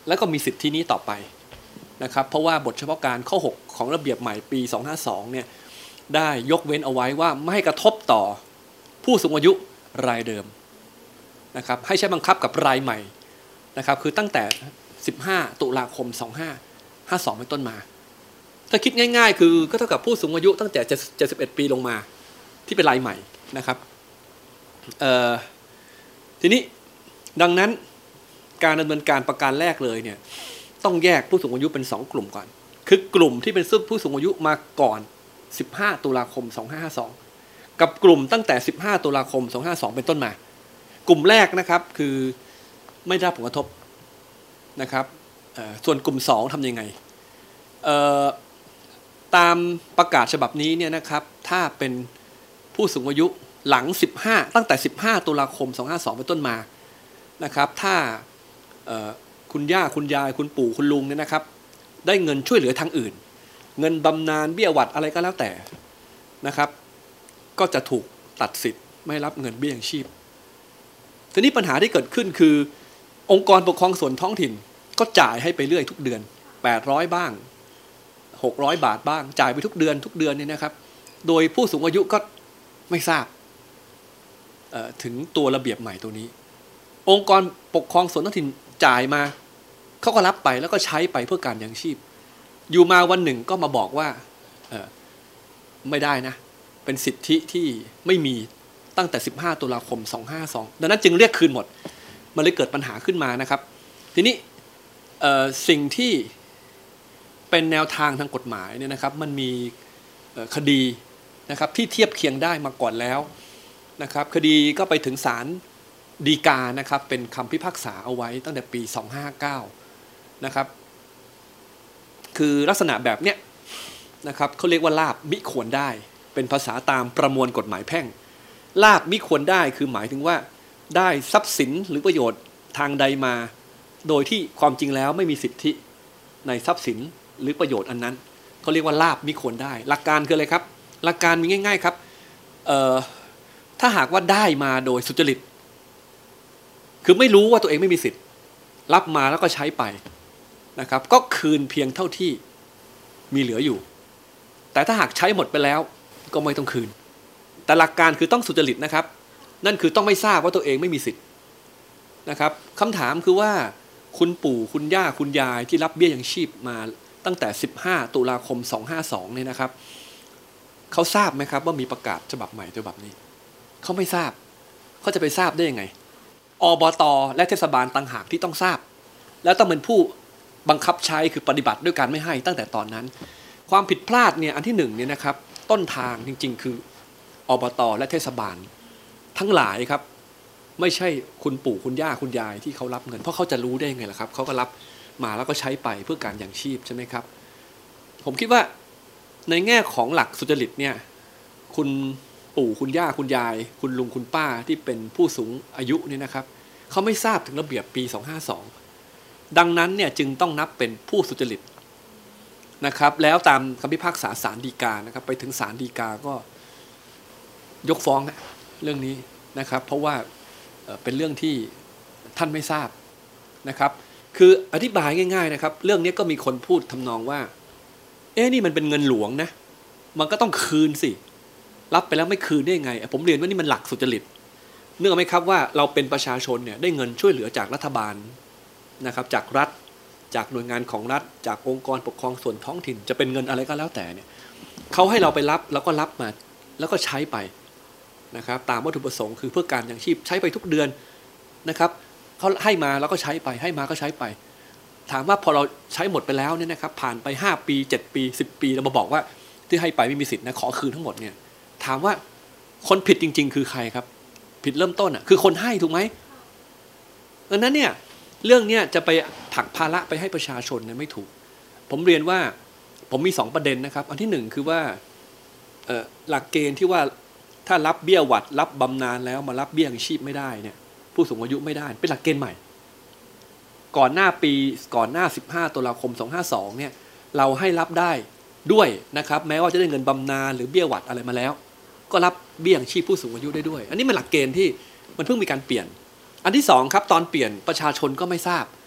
แล้วก็มีสิทธินี้ต่อไปนะครับเพราะว่าบทเฉพาะการข้อหกของระเบียบใหม่ปีสองห้าสองเนี่ยได้ยกเว้นเอาไว้ว่าไม่ให้กระทบต่อผู้สูงอายุรายเดิมนะครับให้ใช้บังคับกับรายใหม่นะครับคือตั้งแต่สิบห้าตุลาคมสองห้าห้าสองเป็นต้นมาถ้าคิดง่ายๆคือก็เท่ากับผู้สูงอายุตั้งแต่เจ็ดสิบเอ็ดปีลงมาที่เป็นรายใหม่นะครับเอ่อทีนี้ดังนั้นการดำเนินการประการแรกเลยเนี่ยต้องแยกผู้สูงอายุเป็นสองกลุ่มก่อนคือกลุ่มที่เป็นผู้สูงอายุมาก่อนสิบห้าตุลาคมสองห้าห้าสองกับกลุ่มตั้งแต่สิบห้าตุลาคมสองห้าห้าสองเป็นต้นมากลุ่มแรกนะครับคือไม่ได้รับผลกระทบนะครับส่วนกลุ่มสองทำยังไงตามประกาศฉบับนี้เนี่ยนะครับถ้าเป็นผู้สูงอายุหลังสิบห้าตั้งแต่สิบห้าตุลาคมสองห้าห้าสองเป็นต้นมานะครับถ้าคุณย่าคุณยายคุณปู่คุณลุงเนี่ยนะครับได้เงินช่วยเหลือทางอื่นเงินบำนาญเบี้ยหวัดอะไรก็แล้วแต่นะครับก็จะถูกตัดสิทธิ์ไม่รับเงินเบี้ยยังชีพทีนี้ปัญหาที่เกิดขึ้นคือองค์กรปกครองส่วนท้องถิ่นก็จ่ายให้ไปเรื่อยทุกเดือนแปดร้อยบ้างหกร้อยบาทบ้างจ่ายไปทุกเดือนทุกเดือนเนี่ยนะครับโดยผู้สูงอายุก็ไม่ทราบถึงตัวระเบียบใหม่ตัวนี้องค์กรปกครองส่วนท้องถิ่นจ่ายมาเขาก็รับไปแล้วก็ใช้ไปเพื่อการยังชีพอยู่มาวันหนึ่งก็มาบอกว่าไม่ได้นะเป็นสิทธิที่ไม่มีตั้งแต่สิบห้าตุลาคมสองห้าห้าสองดังนั้นจึงเรียกคืนหมดมันเลยเกิดปัญหาขึ้นมานะครับทีนี้สิ่งที่เป็นแนวทางทางกฎหมายเนี่ยนะครับมันมีคดีนะครับที่เทียบเคียงได้มาก่อนแล้วนะครับคดีก็ไปถึงศาลฎีกานะครับเป็นคำพิพากษาเอาไว้ตั้งแต่ปีสองห้าห้าเก้านะครับคือลักษณะแบบเนี้ยนะครับเขาเรียกว่าลาภมิควรได้เป็นภาษาตามประมวลกฎหมายแพ่งลาภมิควรได้คือหมายถึงว่าได้ทรัพย์สินหรือประโยชน์ทางใดมาโดยที่ความจริงแล้วไม่มีสิทธิในทรัพย์สินหรือประโยชน์อันนั้นเขาเรียกว่าลาภมิควรได้หลักการคืออะไรครับหลักการมีง่ายๆครับถ้าหากว่าได้มาโดยสุจริตคือไม่รู้ว่าตัวเองไม่มีสิทธิ์รับมาแล้วก็ใช้ไปนะครับก็คืนเพียงเท่าที่มีเหลืออยู่แต่ถ้าหากใช้หมดไปแล้วก็ไม่ต้องคืนแต่หลักการคือต้องสุจริตนะครับนั่นคือต้องไม่ทราบว่าตัวเองไม่มีสิทธิ์นะครับคำถามคือว่าคุณปู่คุณย่าคุณยายที่รับเบี้ยยังชีพมาตั้งแต่สิบห้าตุลาคมสองห้าห้าสองเนี่ยนะครับเขาทราบไหมครับว่ามีประกาศฉบับใหม่ฉบับนี้เขาไม่ทราบเขาจะไปทราบได้ยังไงอบต.และเทศบาลต่างหากที่ต้องทราบแล้วต้องเป็นผู้บังคับใช้คือปฏิบัติด้วยการไม่ให้ตั้งแต่ตอนนั้นความผิดพลาดเนี่ยอันที่หนึ่งเนี่ยนะครับต้นทางจริงๆคืออบต.และเทศบาลทั้งหลายครับไม่ใช่คุณปู่คุณย่าคุณยายที่เขารับเงินเพราะเขาจะรู้ได้ยังไงล่ะครับเขาก็รับมาแล้วก็ใช้ไปเพื่อการยังชีพใช่ไหมครับผมคิดว่าในแง่ของหลักสุจริตเนี่ยคุณปู่คุณย่าคุณยายคุณลุงคุณป้าที่เป็นผู้สูงอายุเนี่ยนะครับเขาไม่ทราบถึงระเบียบปีสองห้าห้าสองดังนั้นเนี่ยจึงต้องนับเป็นผู้สุจริตนะครับแล้วตามคำพิพากษาศาลฎีกานะครับไปถึงศาลฎีกาก็ยกฟ้องเรื่องนี้นะครับเพราะว่าเป็นเรื่องที่ท่านไม่ทราบนะครับคืออธิบายง่ายๆนะครับเรื่องนี้ก็มีคนพูดทำนองว่าเอ๊ะนี่มันเป็นเงินหลวงนะมันก็ต้องคืนสิรับไปแล้วไม่คืนได้ยังไงผมเรียนว่านี่มันหลักสุจริตเนื่องไหมครับว่าเราเป็นประชาชนเนี่ยได้เงินช่วยเหลือจากรัฐบาลนะครับจากรัฐจากหน่วยงานของรัฐจากองค์กรปกครองส่วนท้องถิ่นจะเป็นเงินอะไรก็แล้วแต่เนี่ยเขาให้เราไปรับแล้วก็รับมาแล้วก็ใช้ไปนะครับตามวัตถุประสงค์คือเพื่อการยังชีพใช้ไปทุกเดือนนะครับเขาให้มาแล้วก็ใช้ไปให้มาก็ใช้ไปถามว่าพอเราใช้หมดไปแล้วเนี่ยนะครับผ่านไปห้าปีเจ็ดปีสิบปีเรามาบอกว่าที่ให้ไปไม่มีสิทธิ์นะขอคืนทั้งหมดเนี่ยถามว่าคนผิดจริงๆคือใครครับผิดเริ่มต้นอ่ะคือคนให้ถูกไหมดังนั้นเนี่ยเรื่องนี้จะไปถักภาระไปให้ประชาชนเนี่ยไม่ถูกผมเรียนว่าผมมีสองประเด็นนะครับอันที่หนึ่งคือว่าหลักเกณฑ์ที่ว่าถ้ารับเบี้ยหวัดรับบำนาญแล้วมารับเบี้ยยังชีพไม่ได้เนี่ยผู้สูงอายุไม่ได้เป็นหลักเกณฑ์ใหม่ก่อนหน้าปีก่อนหน้าสิบห้าตุลาคมสองห้าห้าสองเนี่ยเราให้รับได้ด้วยนะครับแม้ว่าจะได้เงินบำนาญหรือเบี้ยหวัดอะไรมาแล้วก็รับเบี้ยยังชีพผู้สูงอายุได้ด้วยอันนี้เป็นหลักเกณฑ์ที่มันเพิ่งมีการเปลี่ยนอันที่สองครับตอนเปลี่ยนประชาชนก็ไม่ทราบ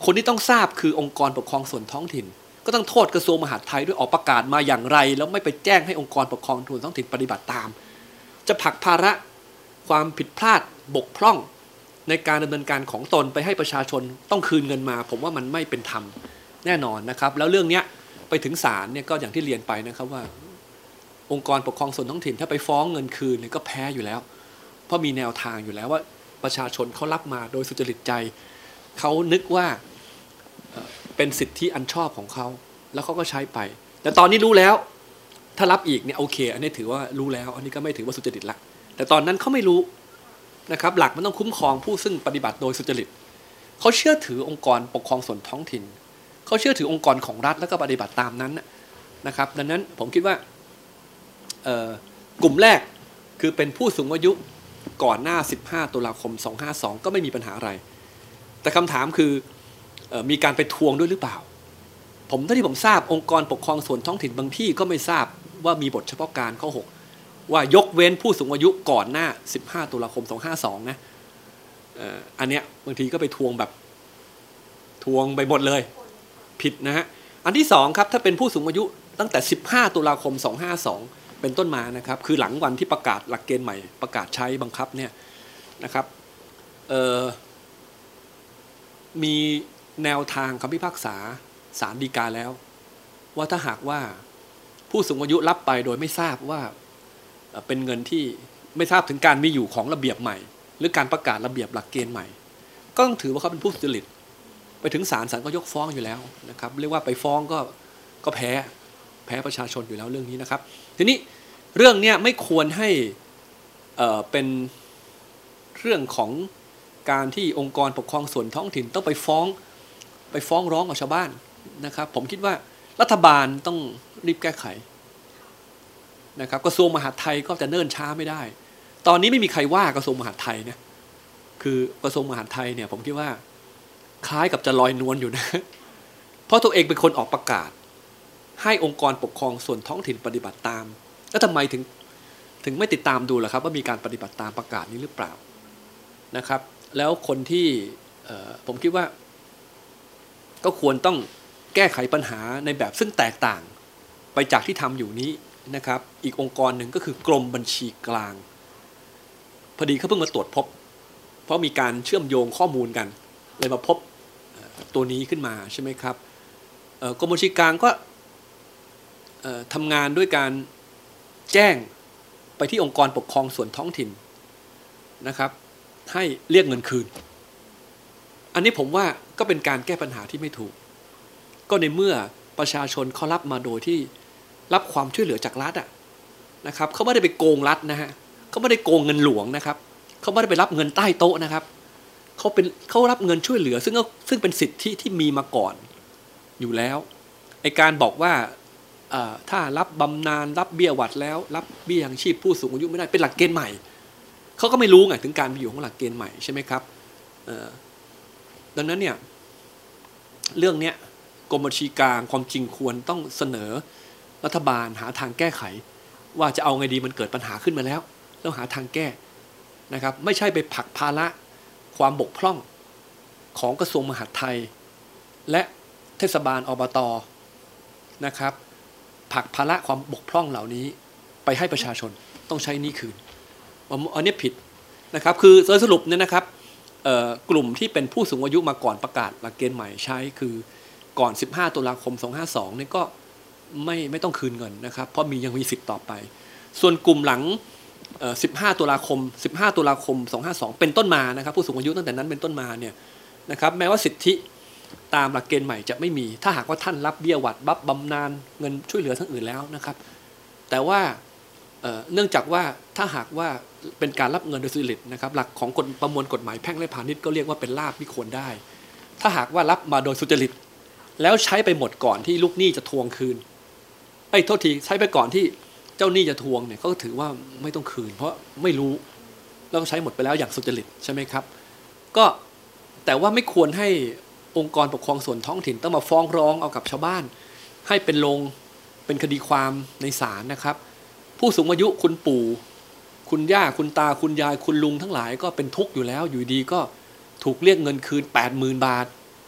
คนที่ต้องทราบคือองค์กรปกครองส่วนท้องถิ่นก็ต้องโทษกระทรวงมหาดไทยด้วยออกประกาศมาอย่างไรแล้วไม่ไปแจ้งให้องค์กรปกครองส่วนท้องถิ่นปฏิบัติตามจะผลักภาระความผิดพลาดบกพร่องในการดำเนินการของตนไปให้ประชาชนต้องคืนเงินมาผมว่ามันไม่เป็นธรรมแน่นอนนะครับแล้วเรื่องนี้ไปถึงศาลเนี่ยก็อย่างที่เรียนไปนะครับว่าองค์กรปกครองส่วนท้องถิ่นถ้าไปฟ้องเงินคืนเนี่ยก็แพ้อยู่แล้วเพราะมีแนวทางอยู่แล้วว่าประชาชนเขารับมาโดยสุจริตใจเขานึกว่าเป็นสิทธิอันชอบของเขาแล้วเขาก็ใช้ไปแต่ตอนนี้รู้แล้วถ้ารับอีกเนี่ยโอเคอันนี้ถือว่ารู้แล้วอันนี้ก็ไม่ถือว่าสุจริตละแต่ตอนนั้นเขาไม่รู้นะครับหลักมันต้องคุ้มครองผู้ซึ่งปฏิบัติโดยสุจริตเขาเชื่อถือองค์กรปกครองส่วนท้องถิ่นเขาเชื่อถือองค์กรของรัฐแล้วก็ปฏิบัติตามนั้นนะครับดังนั้นผมคิดว่ากลุ่มแรกคือเป็นผู้สูงอายุก่อนหน้าสิบห้าตุลาคมสองห้าสองก็ไม่มีปัญหาอะไรแต่คำถามคือมีการไปทวงด้วยหรือเปล่าผมเท่าที่ผมทราบองค์กรปกครองส่วนท้องถิ่นบางที่ก็ไม่ทราบว่ามีบทเฉพาะการข้อหกว่ายกเว้นผู้สูงอายุก่อนหน้าสิบห้าตุลาคมสองห้าสองนะอันเนี้ยบางทีก็ไปทวงแบบทวงไปหมดเลยผิดนะฮะอันที่สองครับถ้าเป็นผู้สูงอายุตั้งแต่สิบห้าตุลาคมสองห้าสองเป็นต้นมานะครับคือหลังวันที่ประกาศหลักเกณฑ์ใหม่ประกาศใช้บังคับเนี่ยนะครับมีแนวทางคำพิพากษาศาลฎีกาแล้วว่าถ้าหากว่าผู้สูงอายุรับไปโดยไม่ทราบว่าเป็นเงินที่ไม่ทราบถึงการมีอยู่ของระเบียบใหม่หรือการประกาศระเบียบหลักเกณฑ์ใหม่ก็ต้องถือว่าเขาเป็นผู้สุจริตไปถึงศาลศาลก็ยกฟ้องอยู่แล้วนะครับเรียกว่าไปฟ้องก็ก็แพ้แพ้ประชาชนอยู่แล้วเรื่องนี้นะครับทีนี้เรื่องนี้ไม่ควรให้เอ่อเป็นเรื่องของการที่องค์กรปกครองส่วนท้องถิ่นต้องไปฟ้องไปฟ้องร้องกับชาวบ้านนะครับผมคิดว่ารัฐบาลต้องรีบแก้ไขนะครับกระทรวงมหาดไทยก็จะเนิ่นช้าไม่ได้ตอนนี้ไม่มีใครว่ากระทรวงมหาดไทยนะคือกระทรวงมหาดไทยเนี่ยผมคิดว่าคล้ายกับจะลอยนวลอยู่นะเพราะตัวเองเป็นคนออกประกาศให้องค์กรปกครองส่วนท้องถิ่นปฏิบัติตามแล้วทำไมถึงถึงไม่ติดตามดูล่ะครับว่ามีการปฏิบัติตามประกาศนี้หรือเปล่านะครับแล้วคนที่ผมคิดว่าก็ควรต้องแก้ไขปัญหาในแบบซึ่งแตกต่างไปจากที่ทำอยู่นี้นะครับอีกองค์กรหนึ่งก็คือกรมบัญชีกลางพอดีเขาเพิ่งมาตรวจพบเพราะมีการเชื่อมโยงข้อมูลกันเลยมาพบตัวนี้ขึ้นมาใช่ไหมครับกรมบัญชีกลางก็ทำงานด้วยการแจ้งไปที่องค์กรปกครองส่วนท้องถิ่นนะครับให้เรียกเงินคืนอันนี้ผมว่าก็เป็นการแก้ปัญหาที่ไม่ถูกก็ในเมื่อประชาชนเขารับมาโดยที่รับความช่วยเหลือจากรัฐอ่ะนะครับเขาไม่ได้ไปโกงรัฐนะฮะเขาไม่ได้โกงเงินหลวงนะครับเขาไม่ได้ไปรับเงินใต้โต๊ะนะครับเขาเป็นเขารับเงินช่วยเหลือซึ่งซึ่งเป็นสิทธิที่มีมาก่อนอยู่แล้วไอการบอกว่าถ้ารับบำนาญรับเบี้ยหวัดแล้วรับเบี้ยยังชีพผู้สูงอายุไม่ได้เป็นหลักเกณฑ์ใหม่เขาก็ไม่รู้ไงถึงการมีอยู่ของหลักเกณฑ์ใหม่ใช่ไหมครับดังนั้นเนี่ยเรื่องเนี้ยกรมบัญชีกลางความจริงควรต้องเสนอรัฐบาลหาทางแก้ไขว่าจะเอาไงดีมันเกิดปัญหาขึ้นมาแล้วแล้วหาทางแก้นะครับไม่ใช่ไปผลักภาระความบกพร่องของกระทรวงมหาดไทยและเทศบาลอบต.นะครับผลักภาระความบกพร่องเหล่านี้ไปให้ประชาชนต้องใช้หนี้คืนอันนี้ผิดนะครับคือโดยสรุปเนี่ยนะครับกลุ่มที่เป็นผู้สูงอายุมาก่อนประกาศหลักเกณฑ์ใหม่ใช้คือก่อนสิบห้าตุลาคมสองห้าสองนี่ก็ไม่ไม่ต้องคืนเงินนะครับเพราะมียังมีสิทธิ์ต่อไปส่วนกลุ่มหลังสิบห้าตุลาคมสิบห้าตุลาคมสองห้าสองเป็นต้นมานะครับผู้สูงอายุตั้งแต่นั้นเป็นต้นมาเนี่ยนะครับแม้ว่าสิทธิตามหลักเกณฑ์ใหม่จะไม่มีถ้าหากว่าท่านรับเบี้ยหวัดบับบำนาญเงินช่วยเหลือทั้งอื่นแล้วนะครับแต่ว่าเนื่องจากว่าถ้าหากว่าเป็นการรับเงินโดยสุจริตนะครับหลักของกฎประมวลกฎหมายแพ่งและพาณิชย์ก็เรียกว่าเป็นลาภมิควรได้ถ้าหากว่ารับมาโดยสุจริตแล้วใช้ไปหมดก่อนที่ลูกหนี้จะทวงคืนไอ้โทษทีใช้ไปก่อนที่เจ้าหนี้จะทวงเนี่ยเขาก็ถือว่าไม่ต้องคืนเพราะไม่รู้แล้วก็ใช้หมดไปแล้วอย่างสุจริตใช่ไหมครับก็แต่ว่าไม่ควรให้องค์กรปกครองส่วนท้องถิ่นต้องมาฟ้องร้องเอากับชาวบ้านให้เป็นลงเป็นคดีความในศาลนะครับผู้สูงอายุคุณปู่คุณย่าคุณตาคุณยายคุณลุงทั้งหลายก็เป็นทุกข์อยู่แล้วอยู่ดีก็ถูกเรียกเงินคืน แปดหมื่น บาท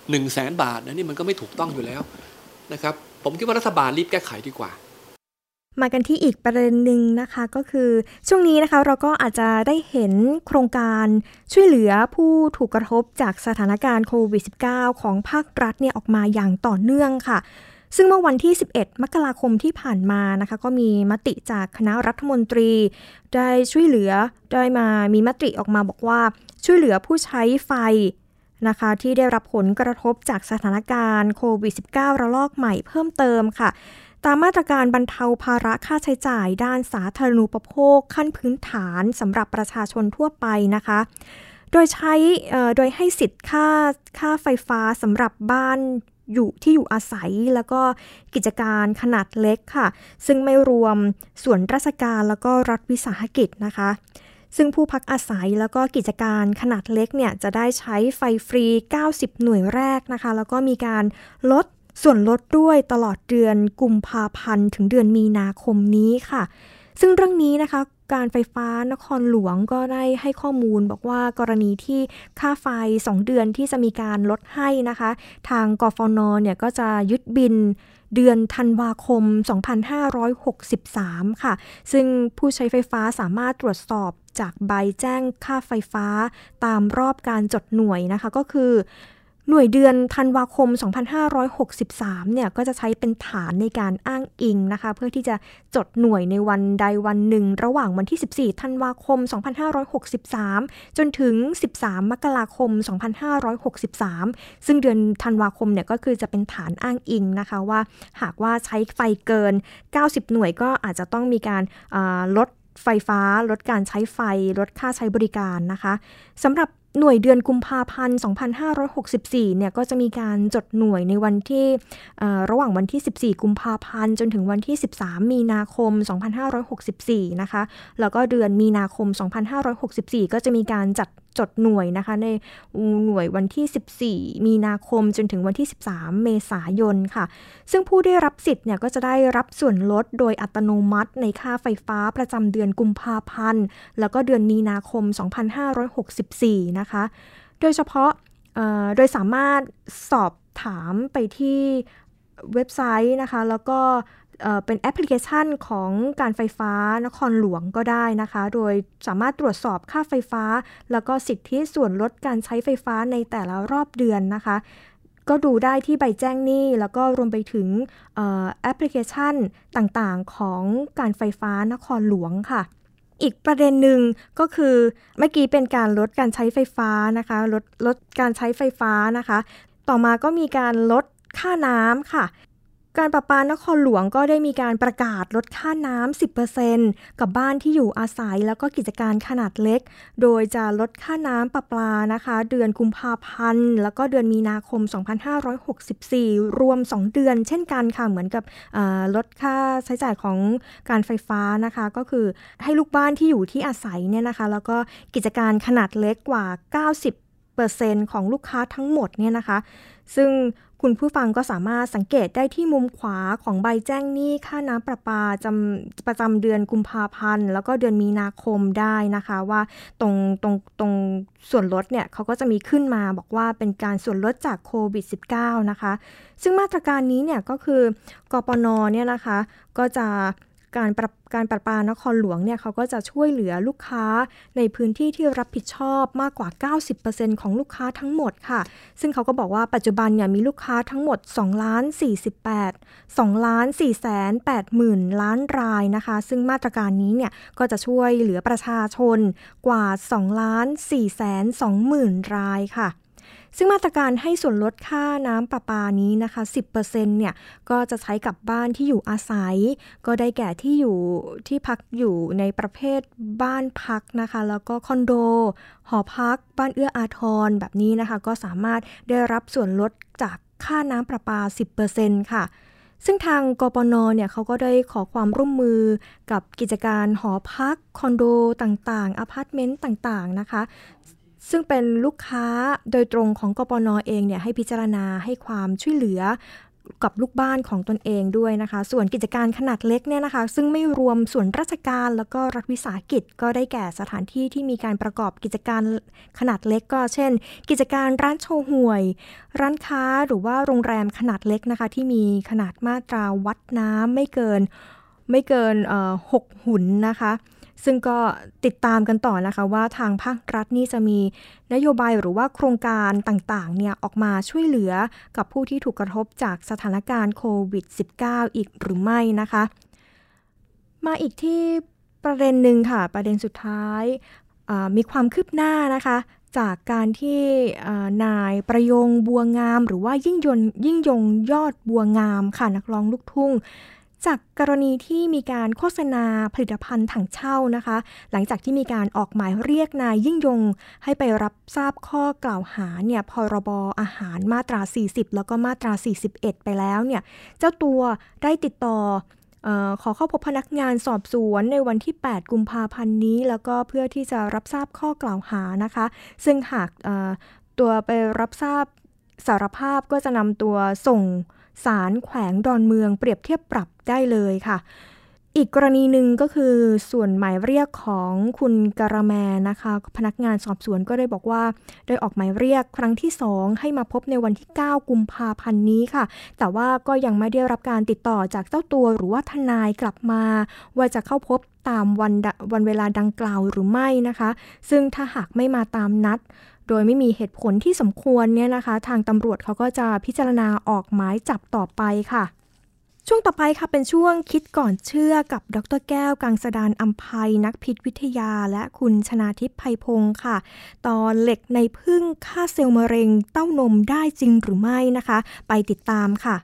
หนึ่งแสนบาทนะนี่มันก็ไม่ถูกต้องอยู่แล้วนะครับผมคิดว่ารัฐบาลรีบแก้ไขดีกว่า
มากันที่อีกประเด็นหนึ่งนะคะก็คือช่วงนี้นะคะเราก็อาจจะได้เห็นโครงการช่วยเหลือผู้ถูกกระทบจากสถานการณ์โควิด สิบเก้า ของภาครัฐเนี่ยออกมาอย่างต่อเนื่องค่ะซึ่งเมื่อวันที่สิบเอ็ดมกราคมที่ผ่านมานะคะก็มีมติจากคณะรัฐมนตรีได้ช่วยเหลือได้มามีมติออกมาบอกว่าช่วยเหลือผู้ใช้ไฟนะคะที่ได้รับผลกระทบจากสถานการณ์โควิด สิบเก้า ระลอกใหม่เพิ่มเติมค่ะตามมาตรการบรรเทาภาระค่าใช้จ่ายด้านสาธารณูปโภคขั้นพื้นฐานสำหรับประชาชนทั่วไปนะคะโดยใช้โดยให้สิทธิ์ค่าค่าไฟฟ้าสำหรับบ้านอยู่ที่อยู่อาศัยแล้วก็กิจการขนาดเล็กค่ะซึ่งไม่รวมส่วนราชการแล้วก็รัฐวิสาหกิจนะคะซึ่งผู้พักอาศัยแล้วก็กิจการขนาดเล็กเนี่ยจะได้ใช้ไฟฟรีเก้าสิบหน่วยแรกนะคะแล้วก็มีการลดส่วนลดด้วยตลอดเดือนกุมภาพันธ์ถึงเดือนมีนาคมนี้ค่ะซึ่งเรื่องนี้นะคะการไฟฟ้านครหลวงก็ได้ให้ข้อมูลบอกว่ากรณีที่ค่าไฟสองเดือนที่จะมีการลดให้นะคะทางกฟน.เนี่ยก็จะยึดบินเดือนธันวาคมสองพันห้าร้อยหกสิบสามค่ะซึ่งผู้ใช้ไฟฟ้าสามารถตรวจสอบจากใบแจ้งค่าไฟฟ้าตามรอบการจดหน่วยนะคะก็คือหน่วยเดือนธันวาคมสองพันห้าร้อยหกสิบสามเนี่ยก็จะใช้เป็นฐานในการอ้างอิงนะคะเพื่อที่จะจดหน่วยในวันใดวันหนึ่งระหว่างวันที่สิบสี่ธันวาคมสองพันห้าร้อยหกสิบสามจนถึงสิบสามมกราคมสองพันห้าร้อยหกสิบสามซึ่งเดือนธันวาคมเนี่ยก็คือจะเป็นฐานอ้างอิงนะคะว่าหากว่าใช้ไฟเกินเก้าสิบหน่วยก็อาจจะต้องมีการลดไฟฟ้าลดการใช้ไฟลดค่าใช้บริการนะคะสำหรับหน่วยเดือนกุมภาพันธ์สองพันห้าร้อยหกสิบสี่เนี่ยก็จะมีการจดหน่วยในวันที่ระหว่างวันที่สิบสี่กุมภาพันธ์จนถึงวันที่สิบสามมีนาคมสองพันห้าร้อยหกสิบสี่นะคะแล้วก็เดือนมีนาคมสองพันห้าร้อยหกสิบสี่ก็จะมีการจัดจดหน่วยนะคะในหน่วยวันที่สิบสี่มีนาคมจนถึงวันที่สิบสามเมษายนค่ะซึ่งผู้ได้รับสิทธิ์เนี่ยก็จะได้รับส่วนลดโดยอัตโนมัติในค่าไฟฟ้าประจำเดือนกุมภาพันธ์แล้วก็เดือนมีนาคมสองพันห้าร้อยหกสิบสี่นะคะโดยเฉพาะโดยสามารถสอบถามไปที่เว็บไซต์นะคะแล้วก็เป็นแอปพลิเคชันของการไฟฟ้านครหลวงก็ได้นะคะโดยสามารถตรวจสอบค่าไฟฟ้าแล้วก็สิทธิส่วนลดการใช้ไฟฟ้าในแต่ละรอบเดือนนะคะก็ดูได้ที่ใบแจ้งหนี้แล้วก็รวมไปถึงแอปพลิเคชันต่างๆของการไฟฟ้านครหลวงค่ะอีกประเด็นหนึ่งก็คือเมื่อกี้เป็นการลดการใช้ไฟฟ้านะคะลดลดการใช้ไฟฟ้านะคะต่อมาก็มีการลดค่าน้ำค่ะการประปานครหลวงก็ได้มีการประกาศลดค่าน้ำ สิบเปอร์เซ็นต์ กับบ้านที่อยู่อาศัยแล้วก็กิจการขนาดเล็กโดยจะลดค่าน้ำประปานะคะเดือนกุมภาพันธ์แล้วก็เดือนมีนาคมสองพันห้าร้อยหกสิบสี่รวมสองเดือนเช่นกันค่ะเหมือนกับลดค่าใช้จ่ายของการไฟฟ้านะคะก็คือให้ลูกบ้านที่อยู่ที่อาศัยเนี่ยนะคะแล้วก็กิจการขนาดเล็กกว่า เก้าสิบเปอร์เซ็นต์ ของลูกค้าทั้งหมดเนี่ยนะคะซึ่งคุณผู้ฟังก็สามารถสังเกตได้ที่มุมขวาของใบแจ้งหนี้ค่าน้ำประปาจำประจำเดือนกุมภาพันธ์แล้วก็เดือนมีนาคมได้นะคะว่าตรงตรงตรงส่วนลดเนี่ยเขาก็จะมีขึ้นมาบอกว่าเป็นการส่วนลดจากโควิด สิบเก้า นะคะซึ่งมาตรการนี้เนี่ยก็คือกปน.เนี่ยนะคะก็จะการประการประปานครหลวงเนี่ยเขาก็จะช่วยเหลือลูกค้าในพื้นที่ที่รับผิดชอบมากกว่า เก้าสิบเปอร์เซ็นต์ ของลูกค้าทั้งหมดค่ะซึ่งเขาก็บอกว่าปัจจุบันเนี่ยมีลูกค้าทั้งหมดสองล้านสี่สิบแปด สองล้านสี่แสนแปดหมื่นล้านรายนะคะซึ่งมาตรการนี้เนี่ยก็จะช่วยเหลือประชาชนกว่าสองล้านสี่แสนสองหมื่นรายค่ะซึ่งมาตรการให้ส่วนลดค่าน้ำประปานี้นะคะ สิบเปอร์เซ็นต์ เนี่ยก็จะใช้กับบ้านที่อยู่อาศัยก็ได้แก่ที่อยู่ที่พักอยู่ในประเภทบ้านพักนะคะแล้วก็คอนโดหอพักบ้านเอื้ออาทรแบบนี้นะคะก็สามารถได้รับส่วนลดจากค่าน้ำประปา สิบเปอร์เซ็นต์ ค่ะซึ่งทางกปน.เนี่ยเขาก็ได้ขอความร่วมมือกับกิจการหอพักคอนโดต่างๆอพาร์ตเมนต์ต่างๆนะคะซึ่งเป็นลูกค้าโดยตรงของกปน.เองเนี่ยให้พิจารณาให้ความช่วยเหลือกับลูกบ้านของตนเองด้วยนะคะส่วนกิจการขนาดเล็กเนี่ยนะคะซึ่งไม่รวมส่วนราชการแล้วก็รัฐวิสาหกิจก็ได้แก่สถานที่ที่มีการประกอบกิจการขนาดเล็กก็เช่นกิจการร้านโชห่วยร้านค้าหรือว่าโรงแรมขนาดเล็กนะคะที่มีขนาดมาตราวัดน้ำไม่เกินไม่เกินเอ่อหกหุ่นนะคะซึ่งก็ติดตามกันต่อนะคะว่าทางภาครัฐนี่จะมีนโยบายหรือว่าโครงการต่างๆเนี่ยออกมาช่วยเหลือกับผู้ที่ถูกกระทบจากสถานการณ์โควิด สิบเก้า อีกหรือไม่นะคะมาอีกที่ประเด็นหนึ่งค่ะประเด็นสุดท้ายมีความคืบหน้านะคะจากการที่นายประยงบัวงามหรือว่ายิ่งยงยิ่งยงยอดบัวงามค่ะนักร้องลูกทุ่งจากกรณีที่มีการโฆษณาผลิตภัณฑ์ถังเช่านะคะหลังจากที่มีการออกหมายเรียกนายยิ่งยงให้ไปรับทราบข้อกล่าวหาเนี่ยพรบอาหารมาตราสี่สิบแล้วก็มาตราสี่สิบเอ็ดไปแล้วเนี่ยเจ้าตัวได้ติดต่อเอ่อขอเข้าพบพนักงานสอบสวนในวันที่แปดกุมภาพันธ์นี้แล้วก็เพื่อที่จะรับทราบข้อกล่าวหานะคะซึ่งหากเอ่อตัวไปรับทราบสารภาพก็จะนำตัวส่งศาลแขวงดอนเมืองเปรียบเทียบปรับได้เลยค่ะอีกกรณีหนึ่งก็คือส่วนหมายเรียกของคุณกะระแมนะคะพนักงานสอบสวนก็ได้บอกว่าได้ออกหมายเรียกครั้งที่สองให้มาพบในวันที่เก้ากุมภาพันธ์นี้ค่ะแต่ว่าก็ยังไม่ได้รับการติดต่อจากเจ้าตัวหรือว่าทนายกลับมาว่าจะเข้าพบตามวันวันเวลาดังกล่าวหรือไม่นะคะซึ่งถ้าหากไม่มาตามนัดโดยไม่มีเหตุผลที่สมควรเนี่ยนะคะทางตำรวจเขาก็จะพิจารณาออกหมายจับต่อไปค่ะช่วงต่อไปค่ะเป็นช่วงคิดก่อนเชื่อกับดร.แก้วกังสดาลอำไพนักพิษวิทยาและคุณชนาทิพย์ไพพงศ์ค่ะตอนเหล็กในผึ้งฆ่าเซลล์มะเร็งเต้านมได้จริงหรือไม่นะคะไปติดตามค่ะ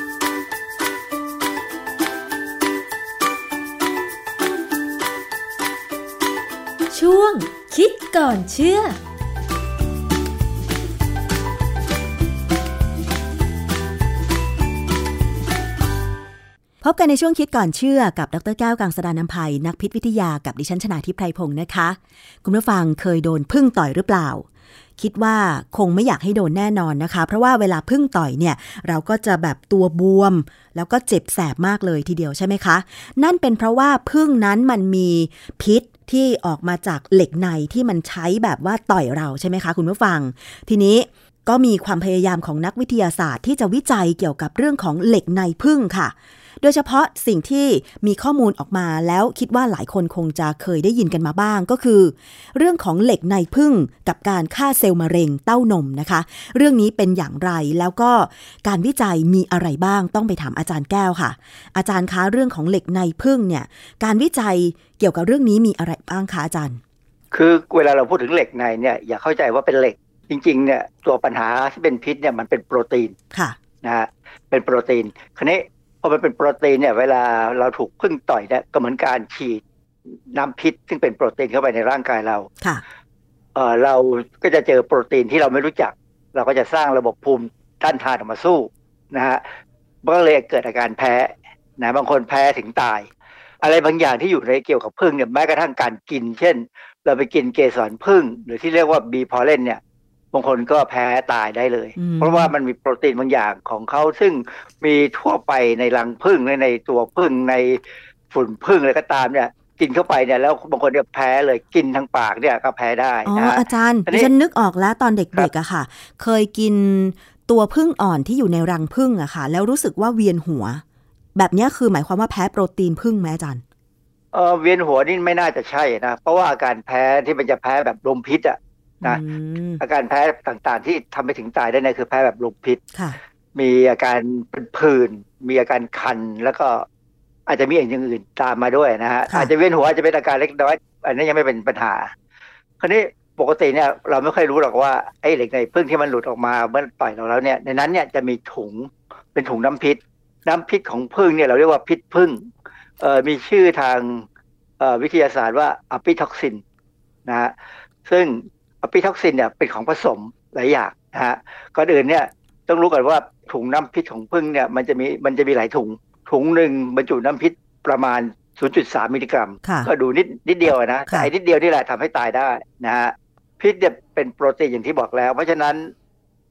ช่วงคิดก่อนเชื่อ
พบกันในช่วงคิดก่อนเชื่อกับดร.แก้วกังสดาลอำไพนักพิษวิทยากับดิฉันชนาทิพย์ไพพงศ์นะคะคุณผู้ฟังเคยโดนผึ้งต่อยหรือเปล่าคิดว่าคงไม่อยากให้โดนแน่นอนนะคะเพราะว่าเวลาผึ้งต่อยเนี่ยเราก็จะแบบตัวบวมแล้วก็เจ็บแสบมากเลยทีเดียวใช่ไหมคะนั่นเป็นเพราะว่าผึ้งนั้นมันมีพิษที่ออกมาจากเหล็กในที่มันใช้แบบว่าต่อยเราใช่ไหมคะคุณผู้ฟังทีนี้ก็มีความพยายามของนักวิทยาศาสตร์ที่จะวิจัยเกี่ยวกับเรื่องของเหล็กในผึ้งค่ะโดยเฉพาะสิ่งที่มีข้อมูลออกมาแล้วคิดว่าหลายคนคงจะเคยได้ยินกันมาบ้างก็คือเรื่องของเหล็กในผึ้งกับการฆ่าเซลล์มะเร็งเต้านมนะคะเรื่องนี้เป็นอย่างไรแล้วก็การวิจัยมีอะไรบ้างต้องไปถามอาจารย์แก้วค่ะอาจารย์คะเรื่องของเหล็กในผึ้งเนี่ยการวิจัยเกี่ยวกับเรื่องนี้มีอะไรบ้างคะอาจารย์
คือเวลาเราพูดถึงเหล็กในเนี่ยอย่าเข้าใจว่าเป็นเหล็กจริงๆเนี่ยตัวปัญหาที่เป็นพิษเนี่ยมันเป็นโปรตีนค่ะนะฮะเป็นโปรตีนคราวนี้พอมันเป็นโปรตีนเนี่ยเวลาเราถูกผึ้งต่อยเนี่ยก็เหมือนการฉีดน้ำพิษซึ่งเป็นโปรตีนเข้าไปในร่างกายเราค่ะเออเราก็จะเจอโปรตีนที่เราไม่รู้จักเราก็จะสร้างระบบภูมิต้านทานออกมาสู้นะฮะก็เลยเกิดอาการแพ้นะบางคนแพ้ถึงตายอะไรบางอย่างที่อยู่ในเกี่ยวกับผึ้งเนี่ยแม้กระทั่งการกินเช่นเราไปกินเกสรผึ้งหรือที่เรียกว่าบีพอลเลนเนี่ยบางคนก็แพ้ตายได้เลยเพราะว่ามันมีโปรตีนบางอย่างของเขาซึ่งมีทั่วไปในรังผึ้งในตัวผึ้งในฝุ่นผึ้งอะไรก็ตามเนี่ยกินเข้าไปเนี่ยแล้วบางคนเนี่ยแพ้เลยกินทางปากเนี่ยก็แพ้ได้นะอ๋อ
อาจารย์ดิฉันนึกออกแล้วตอนเด็กๆอะค่ะเคยกินตัวผึ้งอ่อนที่อยู่ในรังผึ้งอะค่ะแล้วรู้สึกว่าเวียนหัวแบบนี้คือหมายความว่าแพ้โปรตีนผึ้งไหมอาจารย์
เออเวียนหัวนี่ไม่น่าจะใช่นะเพราะว่าอาการแพ้ที่มันจะแพ้แบบลมพิษอะนะอาการแพ้ต่างๆที่ทำให้ถึงตายได้เนี่ยคือแพ้แบบลมพิษมีอาการเป็นผื่นมีอาการคันแล้วก็อาจจะมีอย่างอื่นตามมาด้วยนะฮะอาจจะเวียนหัวอาจจะเป็นอาการเล็กน้อยอันนี้ยังไม่เป็นปัญหาคราวนี้ปกติเนี่ยเราไม่ค่อยรู้หรอกว่าไอ้เหล็กในผึ้งที่มันหลุดออกมาเมื่อต่อยเราแล้วเนี่ยในนั้นเนี่ยจะมีถุงเป็นถุงน้ำพิษน้ำพิษของผึ้งเนี่ยเราเรียกว่าพิษผึ้งเอ่อมีชื่อทางเอ่อวิทยาศาสตร์ว่าอะปิท็อกซินนะฮะซึ่งอะปิท็อกซินเนี่ยเป็นของผสมหลายอย่างนะฮะก่อนอื่นเนี่ยต้องรู้ก่อนว่าถุงน้ำพิษของผึ้งเนี่ยมันจะมีมันจะมีหลายถุงถุงหนึ่งบรรจุน้ำพิษประมาณ ศูนย์จุดสาม มิลลิกรัมก็ดูนิดนิดเดียวนะแต่ไอ้นิดเดียวนี่แหละทำให้ตายได้นะฮะพิษเนี่ยเป็นโปรตีนอย่างที่บอกแล้วเพราะฉะนั้น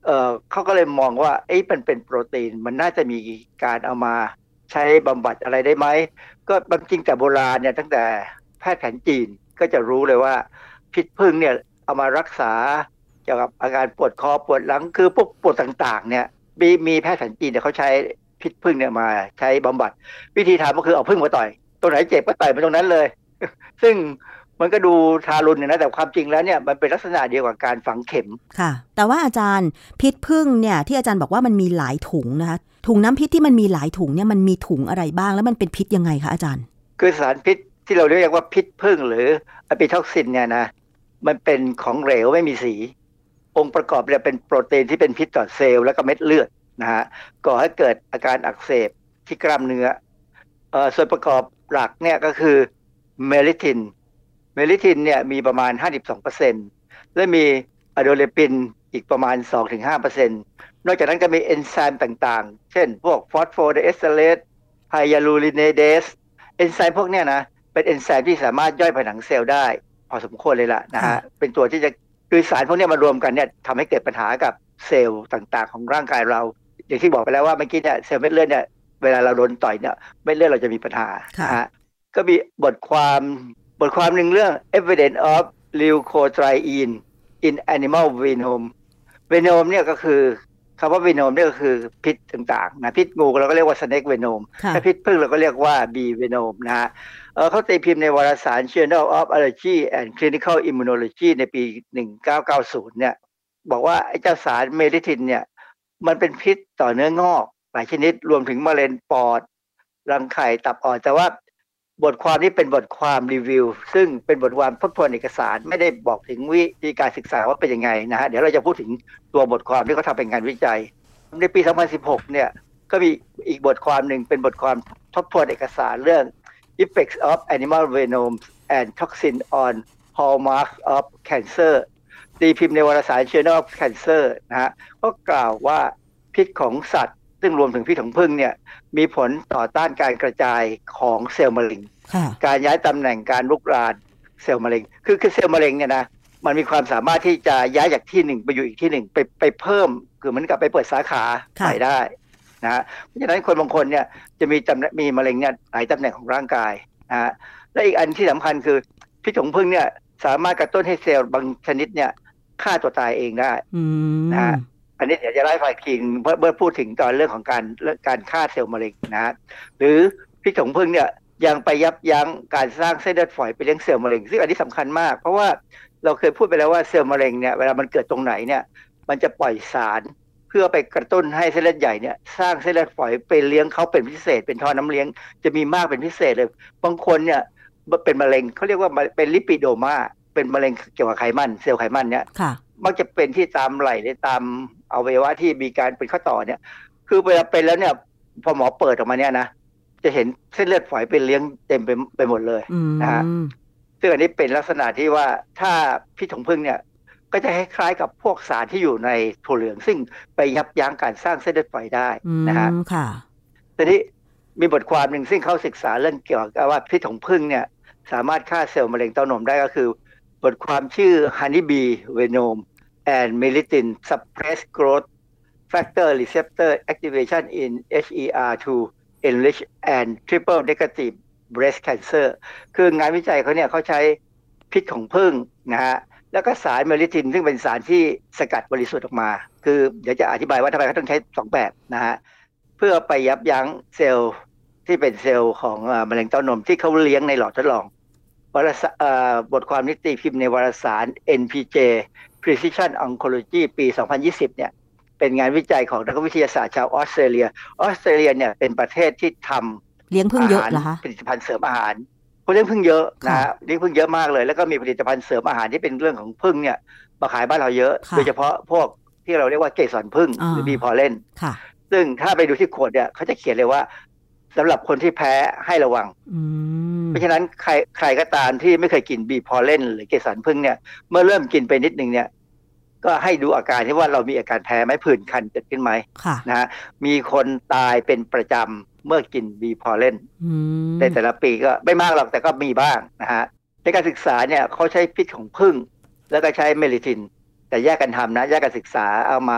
เออเขาก็เลยมองว่าเอ๊ะมันเป็นโปรตีนมันน่าจะมีการเอามาใช้บำบัดอะไรได้ไหมก็จริงแต่โบราณเนี่ยตั้งแต่แพทย์แผนจีนก็จะรู้เลยว่าพิษผึ้งเนี่ยเอามารักษาเกี่ยวกับอาการปวดคอปวดหลังคือพวกปวดต่างๆเนี่ยมีมีแพทย์แผนจีนเนี่ยเขาใช้พิษผึ้งเนี่ยมาใช้บำบัดวิธีทำก็คือเอาผึ้งมาต่อยตรงไหนเจ็บก็ต่อยไปตรงนั้นเลย ซึ่งมันก็ดูทารุณนะแต่ความจริงแล้วเนี่ยมันเป็นลักษณะเดียวกับการฝังเข็ม
ค่ะแต่ว่าอาจารย์พิษผึ้งเนี่ยที่อาจารย์บอกว่ามันมีหลายถุงนะคะถุงน้ำพิษที่มันมีหลายถุงเนี่ยมันมีถุงอะไรบ้างแล้วมันเป็นพิษยังไงคะอาจารย์
คือสารพิษที่เราเรียกว่าพิษผึ้งหรืออะพิท็อกซินเนี่ยนะมันเป็นของเหลวไม่มีสีองค์ประกอบเนี่ยเป็นโปรตีนที่เป็นพิษต่อเซลล์และก็เม็ดเลือดนะฮะก่อให้เกิดอาการอักเสบที่กล้ามเนื้อเอ่อส่วนประกอบหลักเนี่ยก็คือเมลิทินเมลิทินเนี่ยมีประมาณ ห้าสิบสองเปอร์เซ็นต์ และมีอะโดเลปินอีกประมาณ สองถึงห้าเปอร์เซ็นต์ นอกจากนั้นก็มีเอนไซม์ต่างๆเช่นพวกฟอสโฟไดเอสเตอเรสไฮยาลูริเนเดสเอนไซม์พวกเนี้ยนะเป็นเอนไซม์ที่สามารถย่อยผนังเซลล์ได้พอสมควรเลยล่ะนะฮะเป็นตัวที่จะคือสารพวกนี้มารวมกันเนี่ยทำให้เกิดปัญหากับเซลล์ต่างๆของร่างกายเราอย่างที่บอกไปแล้วว่าเมื่อกี้เนี่ยเซลล์เม็ดเลือดเนี่ยเวลาเราโดนต่อยเนี่ยเม็ดเลือดเราจะมีปัญหานะฮะก็มีบทความบทความหนึ่งเรื่อง evidence of leukotriene in animal venom venom เนี่ยก็คือคำว่า venom เนี่ยก็คือพิษต่างๆนะพิษงูเราก็เรียกว่า snake venom ถ้าพิษผึ้งเราก็เรียกว่า bee venom นะฮะเขาตีพิมพ์ในวารสาร Journal of Allergy and Clinical Immunology ในปีหนึ่งพันเก้าร้อยเก้าสิบเนี่ยบอกว่าไอ้เจ้าสารเมลิทินเนี่ยมันเป็นพิษต่อเนื้องอกหลายชนิดรวมถึงมะเร็งปอดรังไข่ตับอ่อนแต่ว่าบทความนี้เป็นบทความรีวิวซึ่งเป็นบทความทบทวนเอกสารไม่ได้บอกถึงวิธีการศึกษาว่าเป็นยังไงนะฮะเดี๋ยวเราจะพูดถึงตัวบทความที่เขาทำเป็นงานวิจัยในปีสองพันสิบหกเนี่ยก็มีอีกบทความหนึ่งเป็นบทความทบทวนเอกสารเรื่อง Effects of Animal Venoms and Toxin on Hallmarks of Cancer ตีพิมพ์ในวารสาร Journal of Cancer นะฮะก็กล่าวว่าพิษของสัตว์ซึ่งรวมถึงพิษของผึ้งเนี่ยมีผลต่อต้านการกระจายของเซลล์มะเร็งการย้ายตำแหน่งการลุกรานเซลล์มะเร็งคือคือเซลล์มะเร็งเนี่ยนะมันมีความสามารถที่จะย้ายจากที่หนึ่งไปอยู่อีกที่หนึ่งไปไปเพิ่มคือเหมือนกับไปเปิดสาขาใหม่ได้นะฮะเพราะฉะนั้นคนบางคนเนี่ยจะมีตำมีมะเร็งเนี่ยหลายตำแหน่งของร่างกายนะฮะและอีกอันที่สำคัญคือพิษของผึ้งเนี่ยสามารถกระตุ้นให้เซลล์บางชนิดเนี่ยฆ่าตัวตายเองได้นะฮะอันนี้เดี๋ยวจะไล่ฝ่ายคิงเพื่อเพื่อพูดถึงตอนเรื่องของการการฆ่าเซลล์มะเร็งนะฮะหรือพิษของผึ้งเนี่ยยังไปยับยั้งการสร้างเส้นเลือดฝอยไปเลี้ยงเซลล์มะเร็งซึ่งอันนี้สำคัญมากเพราะว่าเราเคยพูดไปแล้วว่าเซลล์มะเร็งเนี่ยเวลามันเกิดตรงไหนเนี่ยมันจะปล่อยสารเพื่อไปกระตุ้นให้เส้นเลือดใหญ่เนี่ยสร้างเส้นเลือดฝอยไปเลี้ยงเขาเป็นพิเศษเป็นท่อน้ำเลี้ยงจะมีมากเป็นพิเศษเลยบางคนเนี่ยเป็นมะเร็งเขาเรียกว่าเป็นลิปิโดมาเป็นมะเร็งเกี่ยวกับไขมันเซลล์ไขมันเนี่ยมักจะเป็นที่ตามไหล่หรือตามอวัยวะที่มีการเป็นข้อต่อเนี่ยคือเวลาเป็นแล้วเนี่ยพอหมอเปิดออกมาเนี่ยนะจะเห็นเส้นเลือดฝอยไปเลี้ยงเต็มไปไปหมดเลยนะฮะซึ่งอันนี้เป็นลักษณะที่ว่าถ้าพิษของผึ้งเนี่ยก็จะคล้ายๆกับพวกสารที่อยู่ในถั่วเหลืองซึ่งไปยับยั้งการสร้างเส้นเลือดฝอยได้นะฮะค่ะทีนี้มีบทความหนึ่งซึ่งเขาศึกษาเรื่องเกี่ยวกับว่าพิษของผึ้งเนี่ยสามารถฆ่าเซลล์มะเร็งเต้านมได้ก็คือบทความชื่อ Honeybee Venom and Melittin Suppress Growth Factor Receptor Activation in เอช อี อาร์ ทู Enriched and Triple Negative Breast Cancer คืองานวิจัยเขาเนี่ยเขาใช้พิษของผึ้งนะฮะแล้วก็สารเมลิทินซึ่งเป็นสารที่สกัดบริสุทธิ์ออกมาคือเดี๋ยวจะอธิบายว่าทำไมเขาต้องใช้สองแบบนะฮะเพื่อไปยับยั้งเซลล์ที่เป็นเซลล์ของมะเร็งเต้านมที่เขาเลี้ยงในหลอดทดลองบทความนิติพิมพ์ในวารสาร เอ็น พี เจ Precision Oncology ปี สองพันยี่สิบเนี่ยเป็นงานวิจัยของนักวิทยาศาสตร์ชาวออสเตรเลียออสเตรเลียเนี่ยเป็นประเทศที่ทำ
เลี้ยงผึ้งเยอะเหรอคะ
ผลิตภัณฑ์เสริมอาหารเขาเลี้ยงผึ้งเยอะนะเลี้ยงผึ้งเยอะมากเลยแล้วก็มีผลิตภัณฑ์เสริมอาหารที่เป็นเรื่องของผึ้งเนี่ยมาขายบ้านเราเยอะโดยเฉพาะพวกที่เราเรียกว่าเกสรผึ้งหรือบีพอลเลนซึ่งถ้าไปดูที่ขวดเนี่ยเขาจะเขียนเลยว่าสำหรับคนที่แพ้ให้ระวังเพราะฉะนั้นใครใครก็ตามที่ไม่เคยกินบีพอลเลนหรือเกสรผึ้งเนี่ยเมื่อเริ่มกินไปนิดนึงเนี่ยก็ให้ดูอาการที่ว่าเรามีอาการแพ้ไหมผื่นคันเกิดขึ้นไหมนะฮะมีคนตายเป็นประจำเมื่อกินบีพอลเลนในแต่ละปีก็ไม่มากหรอกแต่ก็มีบ้างนะฮะในการศึกษาเนี่ยเขาใช้พิษของผึ้งแล้วก็ใช้เมลิทินแต่แยกกันทำนะแยกกันศึกษาเอามา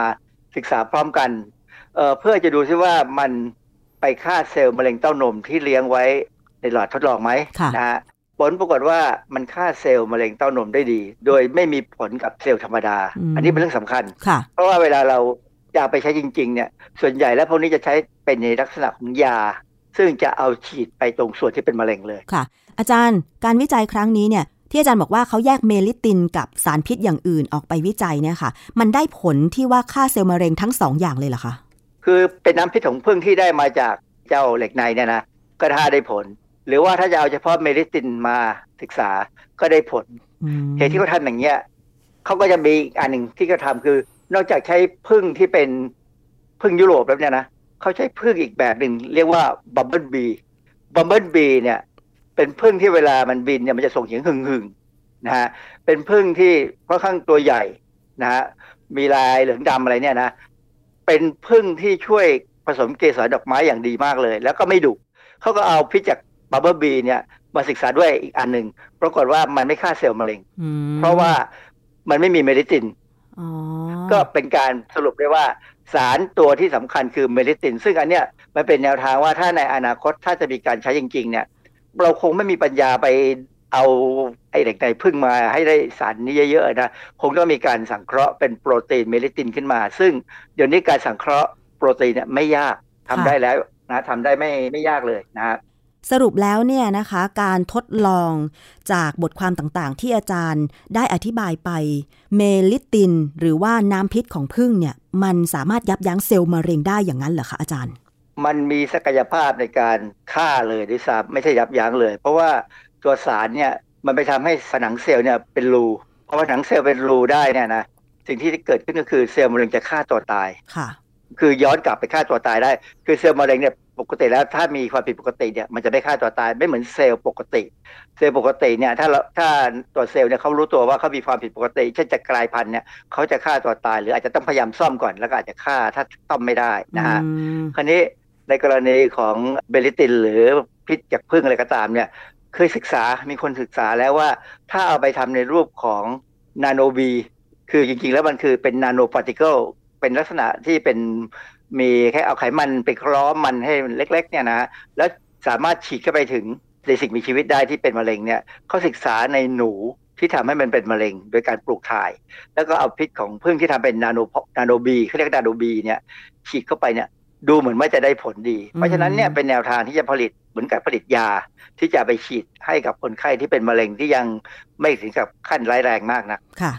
ศึกษาพร้อมกันเอ่อเพื่อจะดูซิว่ามันไปฆ่าเซลล์มะเร็งเต้านมที่เลี้ยงไว้ในหลอดทดลองไหมนะฮะผลปรากฏว่ามันฆ่าเซลล์มะเร็งเต้านมได้ดีโดยไม่มีผลกับเซลล์ธรรมดา อ, อันนี้เป็นเรื่องสำคัญเพราะว่าเวลาเราอยากไปใช้จริงๆเนี่ยส่วนใหญ่แล้วพวกนี้จะใช้เป็นในลักษณะของยาซึ่งจะเอาฉีดไปตรงส่วนที่เป็นมะเร็งเลย
ค่ะอาจารย์การวิจัยครั้งนี้เนี่ยที่อาจารย์บอกว่าเขาแยกเมลิตินกับสารพิษอย่างอื่นออกไปวิจัยเนี่ยค่ะมันได้ผลที่ว่าฆ่าเซลล์มะเร็งทั้งสองอย่างเลยเหรอคะ
คือเป็นน้ำพิษของผึ้งที่ได้มาจากเจ้าเหล็กในเนี่ยนะก็ถ้าได้ผลหรือว่าถ้าจะเอาเฉพาะเมลิตินมาศึกษาก็ได้ผลเหตุที่เขาทำอย่างเงี้ยเขาก็จะมีอีกอันหนึ่งที่เขาทำคือนอกจากใช้ผึ้งที่เป็นผึ้งยุโรปแล้วเนี่ยนะเขาใช้ผึ้งอีกแบบหนึ่งเรียกว่าบัมเบิลบีบัมเบิลบีเนี่ยเป็นผึ้งที่เวลามันบินเนี่ยมันจะส่งเสียงหึ่งหึ่งนะฮะเป็นผึ้งที่ค่อนข้างตัวใหญ่นะฮะมีลายเหลืองดำอะไรเนี่ยนะเป็นผึ้งที่ช่วยผสมเกสรดอกไม้อย่างดีมากเลยแล้วก็ไม่ดุเขาก็เอาพิษจากบัมเบิลบีเนี่ยมาศึกษาด้วยอีกอันหนึ่งปรากฏว่ามันไม่ฆ่าเซลล์มะเร็งเพราะว่ามันไม่มีเมลิตินก็เป็นการสรุปได้ว่าสารตัวที่สำคัญคือเมลิตินซึ่งอันเนี้ยมันเป็นแนวทางว่าถ้าในอนาคตถ้าจะมีการใช้จริงๆเนี่ยเราคงไม่มีปัญญาไปเอาไอ้เหล็กในผึ้งมาให้ได้สารนี้เยอะๆนะคงต้องมีการสังเคราะห์เป็นโปรตีนเมลิตินขึ้นมาซึ่งเดี๋ยวนี้การสังเคราะห์โปรตีนเนี่ยไม่ยากทำได้แล้วนะทำได้ไม่ไม่ยากเลยนะ
สรุปแล้วเนี่ยนะคะการทดลองจากบทความต่างๆที่อาจารย์ได้อธิบายไปเมลิตินหรือว่าน้ำพิษของผึ้งเนี่ยมันสามารถยับยั้งเซลล์มะเร็งได้อย่างนั้นเหรอคะอาจารย์
มันมีศักยภาพในการฆ่าเลยด้วยซ้ำไม่ใช่ยับยั้งเลยเพราะว่าตัวสารเนี่ยมันไปทำให้ผนังเซลล์เนี่ยเป็นรูพอผนังเซลล์เป็นรูได้เนี่ยนะสิ่งที่เกิดขึ้นก็คือเซลล์มะเร็งจะฆ่าตัวตาย
ค่ะ
คือย้อนกลับไปฆ่าตัวตายได้คือเซลล์มะเร็งเนี่ยปกติแล้วถ้ามีความผิดปกติเนี่ยมันจะไม่ฆ่าตัวตายไม่เหมือนเซลล์ปกติเซลล์ปกติเนี่ยถ้าถ้าตัวเซลล์เนี่ยเขารู้ตัวว่าเขามีความผิดปกติเช่นจะกลายพันธุ์เนี่ยเขาจะฆ่าตัวตายหรืออาจจะต้องพยายามซ่อมก่อนแล้วก็อาจจะฆ่าถ้าซ่อมไม่ได้นะฮะคราวนี้ในกรณีของเบลิตินหรือพิษจากผึ้งอะไรก็ตามเนี่ยเคยศึกษามีคนศึกษาแล้วว่าถ้าเอาไปทำในรูปของนาโนบีคือจริงๆแล้วมันคือเป็นนาโนพาร์ติเคิลเป็นลักษณะที่เป็นมีแค่เอาไขมันไปคล้อมมันให้มันเล็กๆเนี่ยนะแล้วสามารถฉีดเข้าไปถึงในสิ่งมีชีวิตได้ที่เป็นมะเร็งเนี่ยเขาศึกษาในหนูที่ทำให้มันเป็นมะเร็งโดยการปลูกถ่ายแล้วก็เอาพิษของผึ้งที่ทำเป็นนาโนนาโนบีเขาเรียกนาโนบีเนี่ยฉีดเข้าไปเนี่ยดูเหมือนว่าจะได้ผลดีเพราะฉะนั้นเนี่ยเป็นแนวทางที่จะผลิตเหมือนกับผลิตยาที่จะไปฉีดให้กับคนไข้ที่เป็นมะเร็งที่ยังไม่ถึงกับขั้นร้ายแรงมากนัก
ค่ะ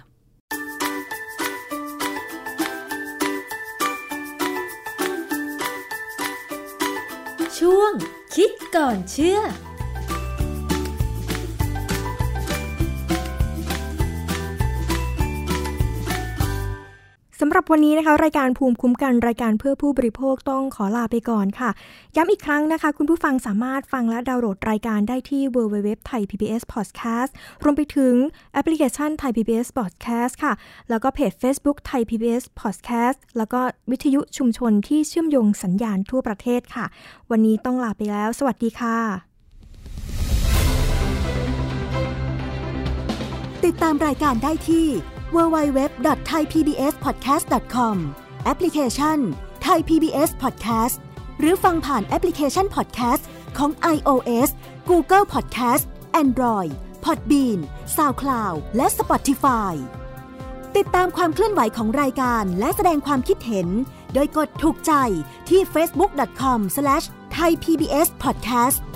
ช่วงคิดก่อนเชื่อ
สำหรับวันนี้นะคะรายการภูมิคุ้มกันรายการเพื่อผู้บริโภคต้องขอลาไปก่อนค่ะย้ำอีกครั้งนะคะคุณผู้ฟังสามารถฟังและดาวน์โหลดรายการได้ที่ ดับเบิลยู ดับเบิลยู ดับเบิลยู ดอท ไทย พี บี เอส พอดแคสต์ รวมไปถึงแอปพลิเคชัน Thai พี บี เอส Podcast ค่ะแล้วก็เพจ Facebook Thai พี บี เอส Podcast แล้วก็วิทยุชุมชนที่เชื่อมโยงสัญญาณทั่วประเทศค่ะวันนี้ต้องลาไปแล้วสวัสดีค่ะ
ติดตามรายการได้ที่ ดับเบิลยู ดับเบิลยู ดับเบิลยู ดอท ไทย พี บี เอส พอดแคสต์ ดอท คอม แอปพลิเคชัน Thai พี บี เอส Podcast หรือฟังผ่านแอปพลิเคชัน Podcast ของ iOS Google Podcast Android Podbean SoundCloud และ Spotify ติดตามความเคลื่อนไหวของรายการและแสดงความคิดเห็นโดยกดถูกใจที่ เฟซบุ๊ก ดอท คอม สแลช ไทย พี บี เอส พอดแคสต์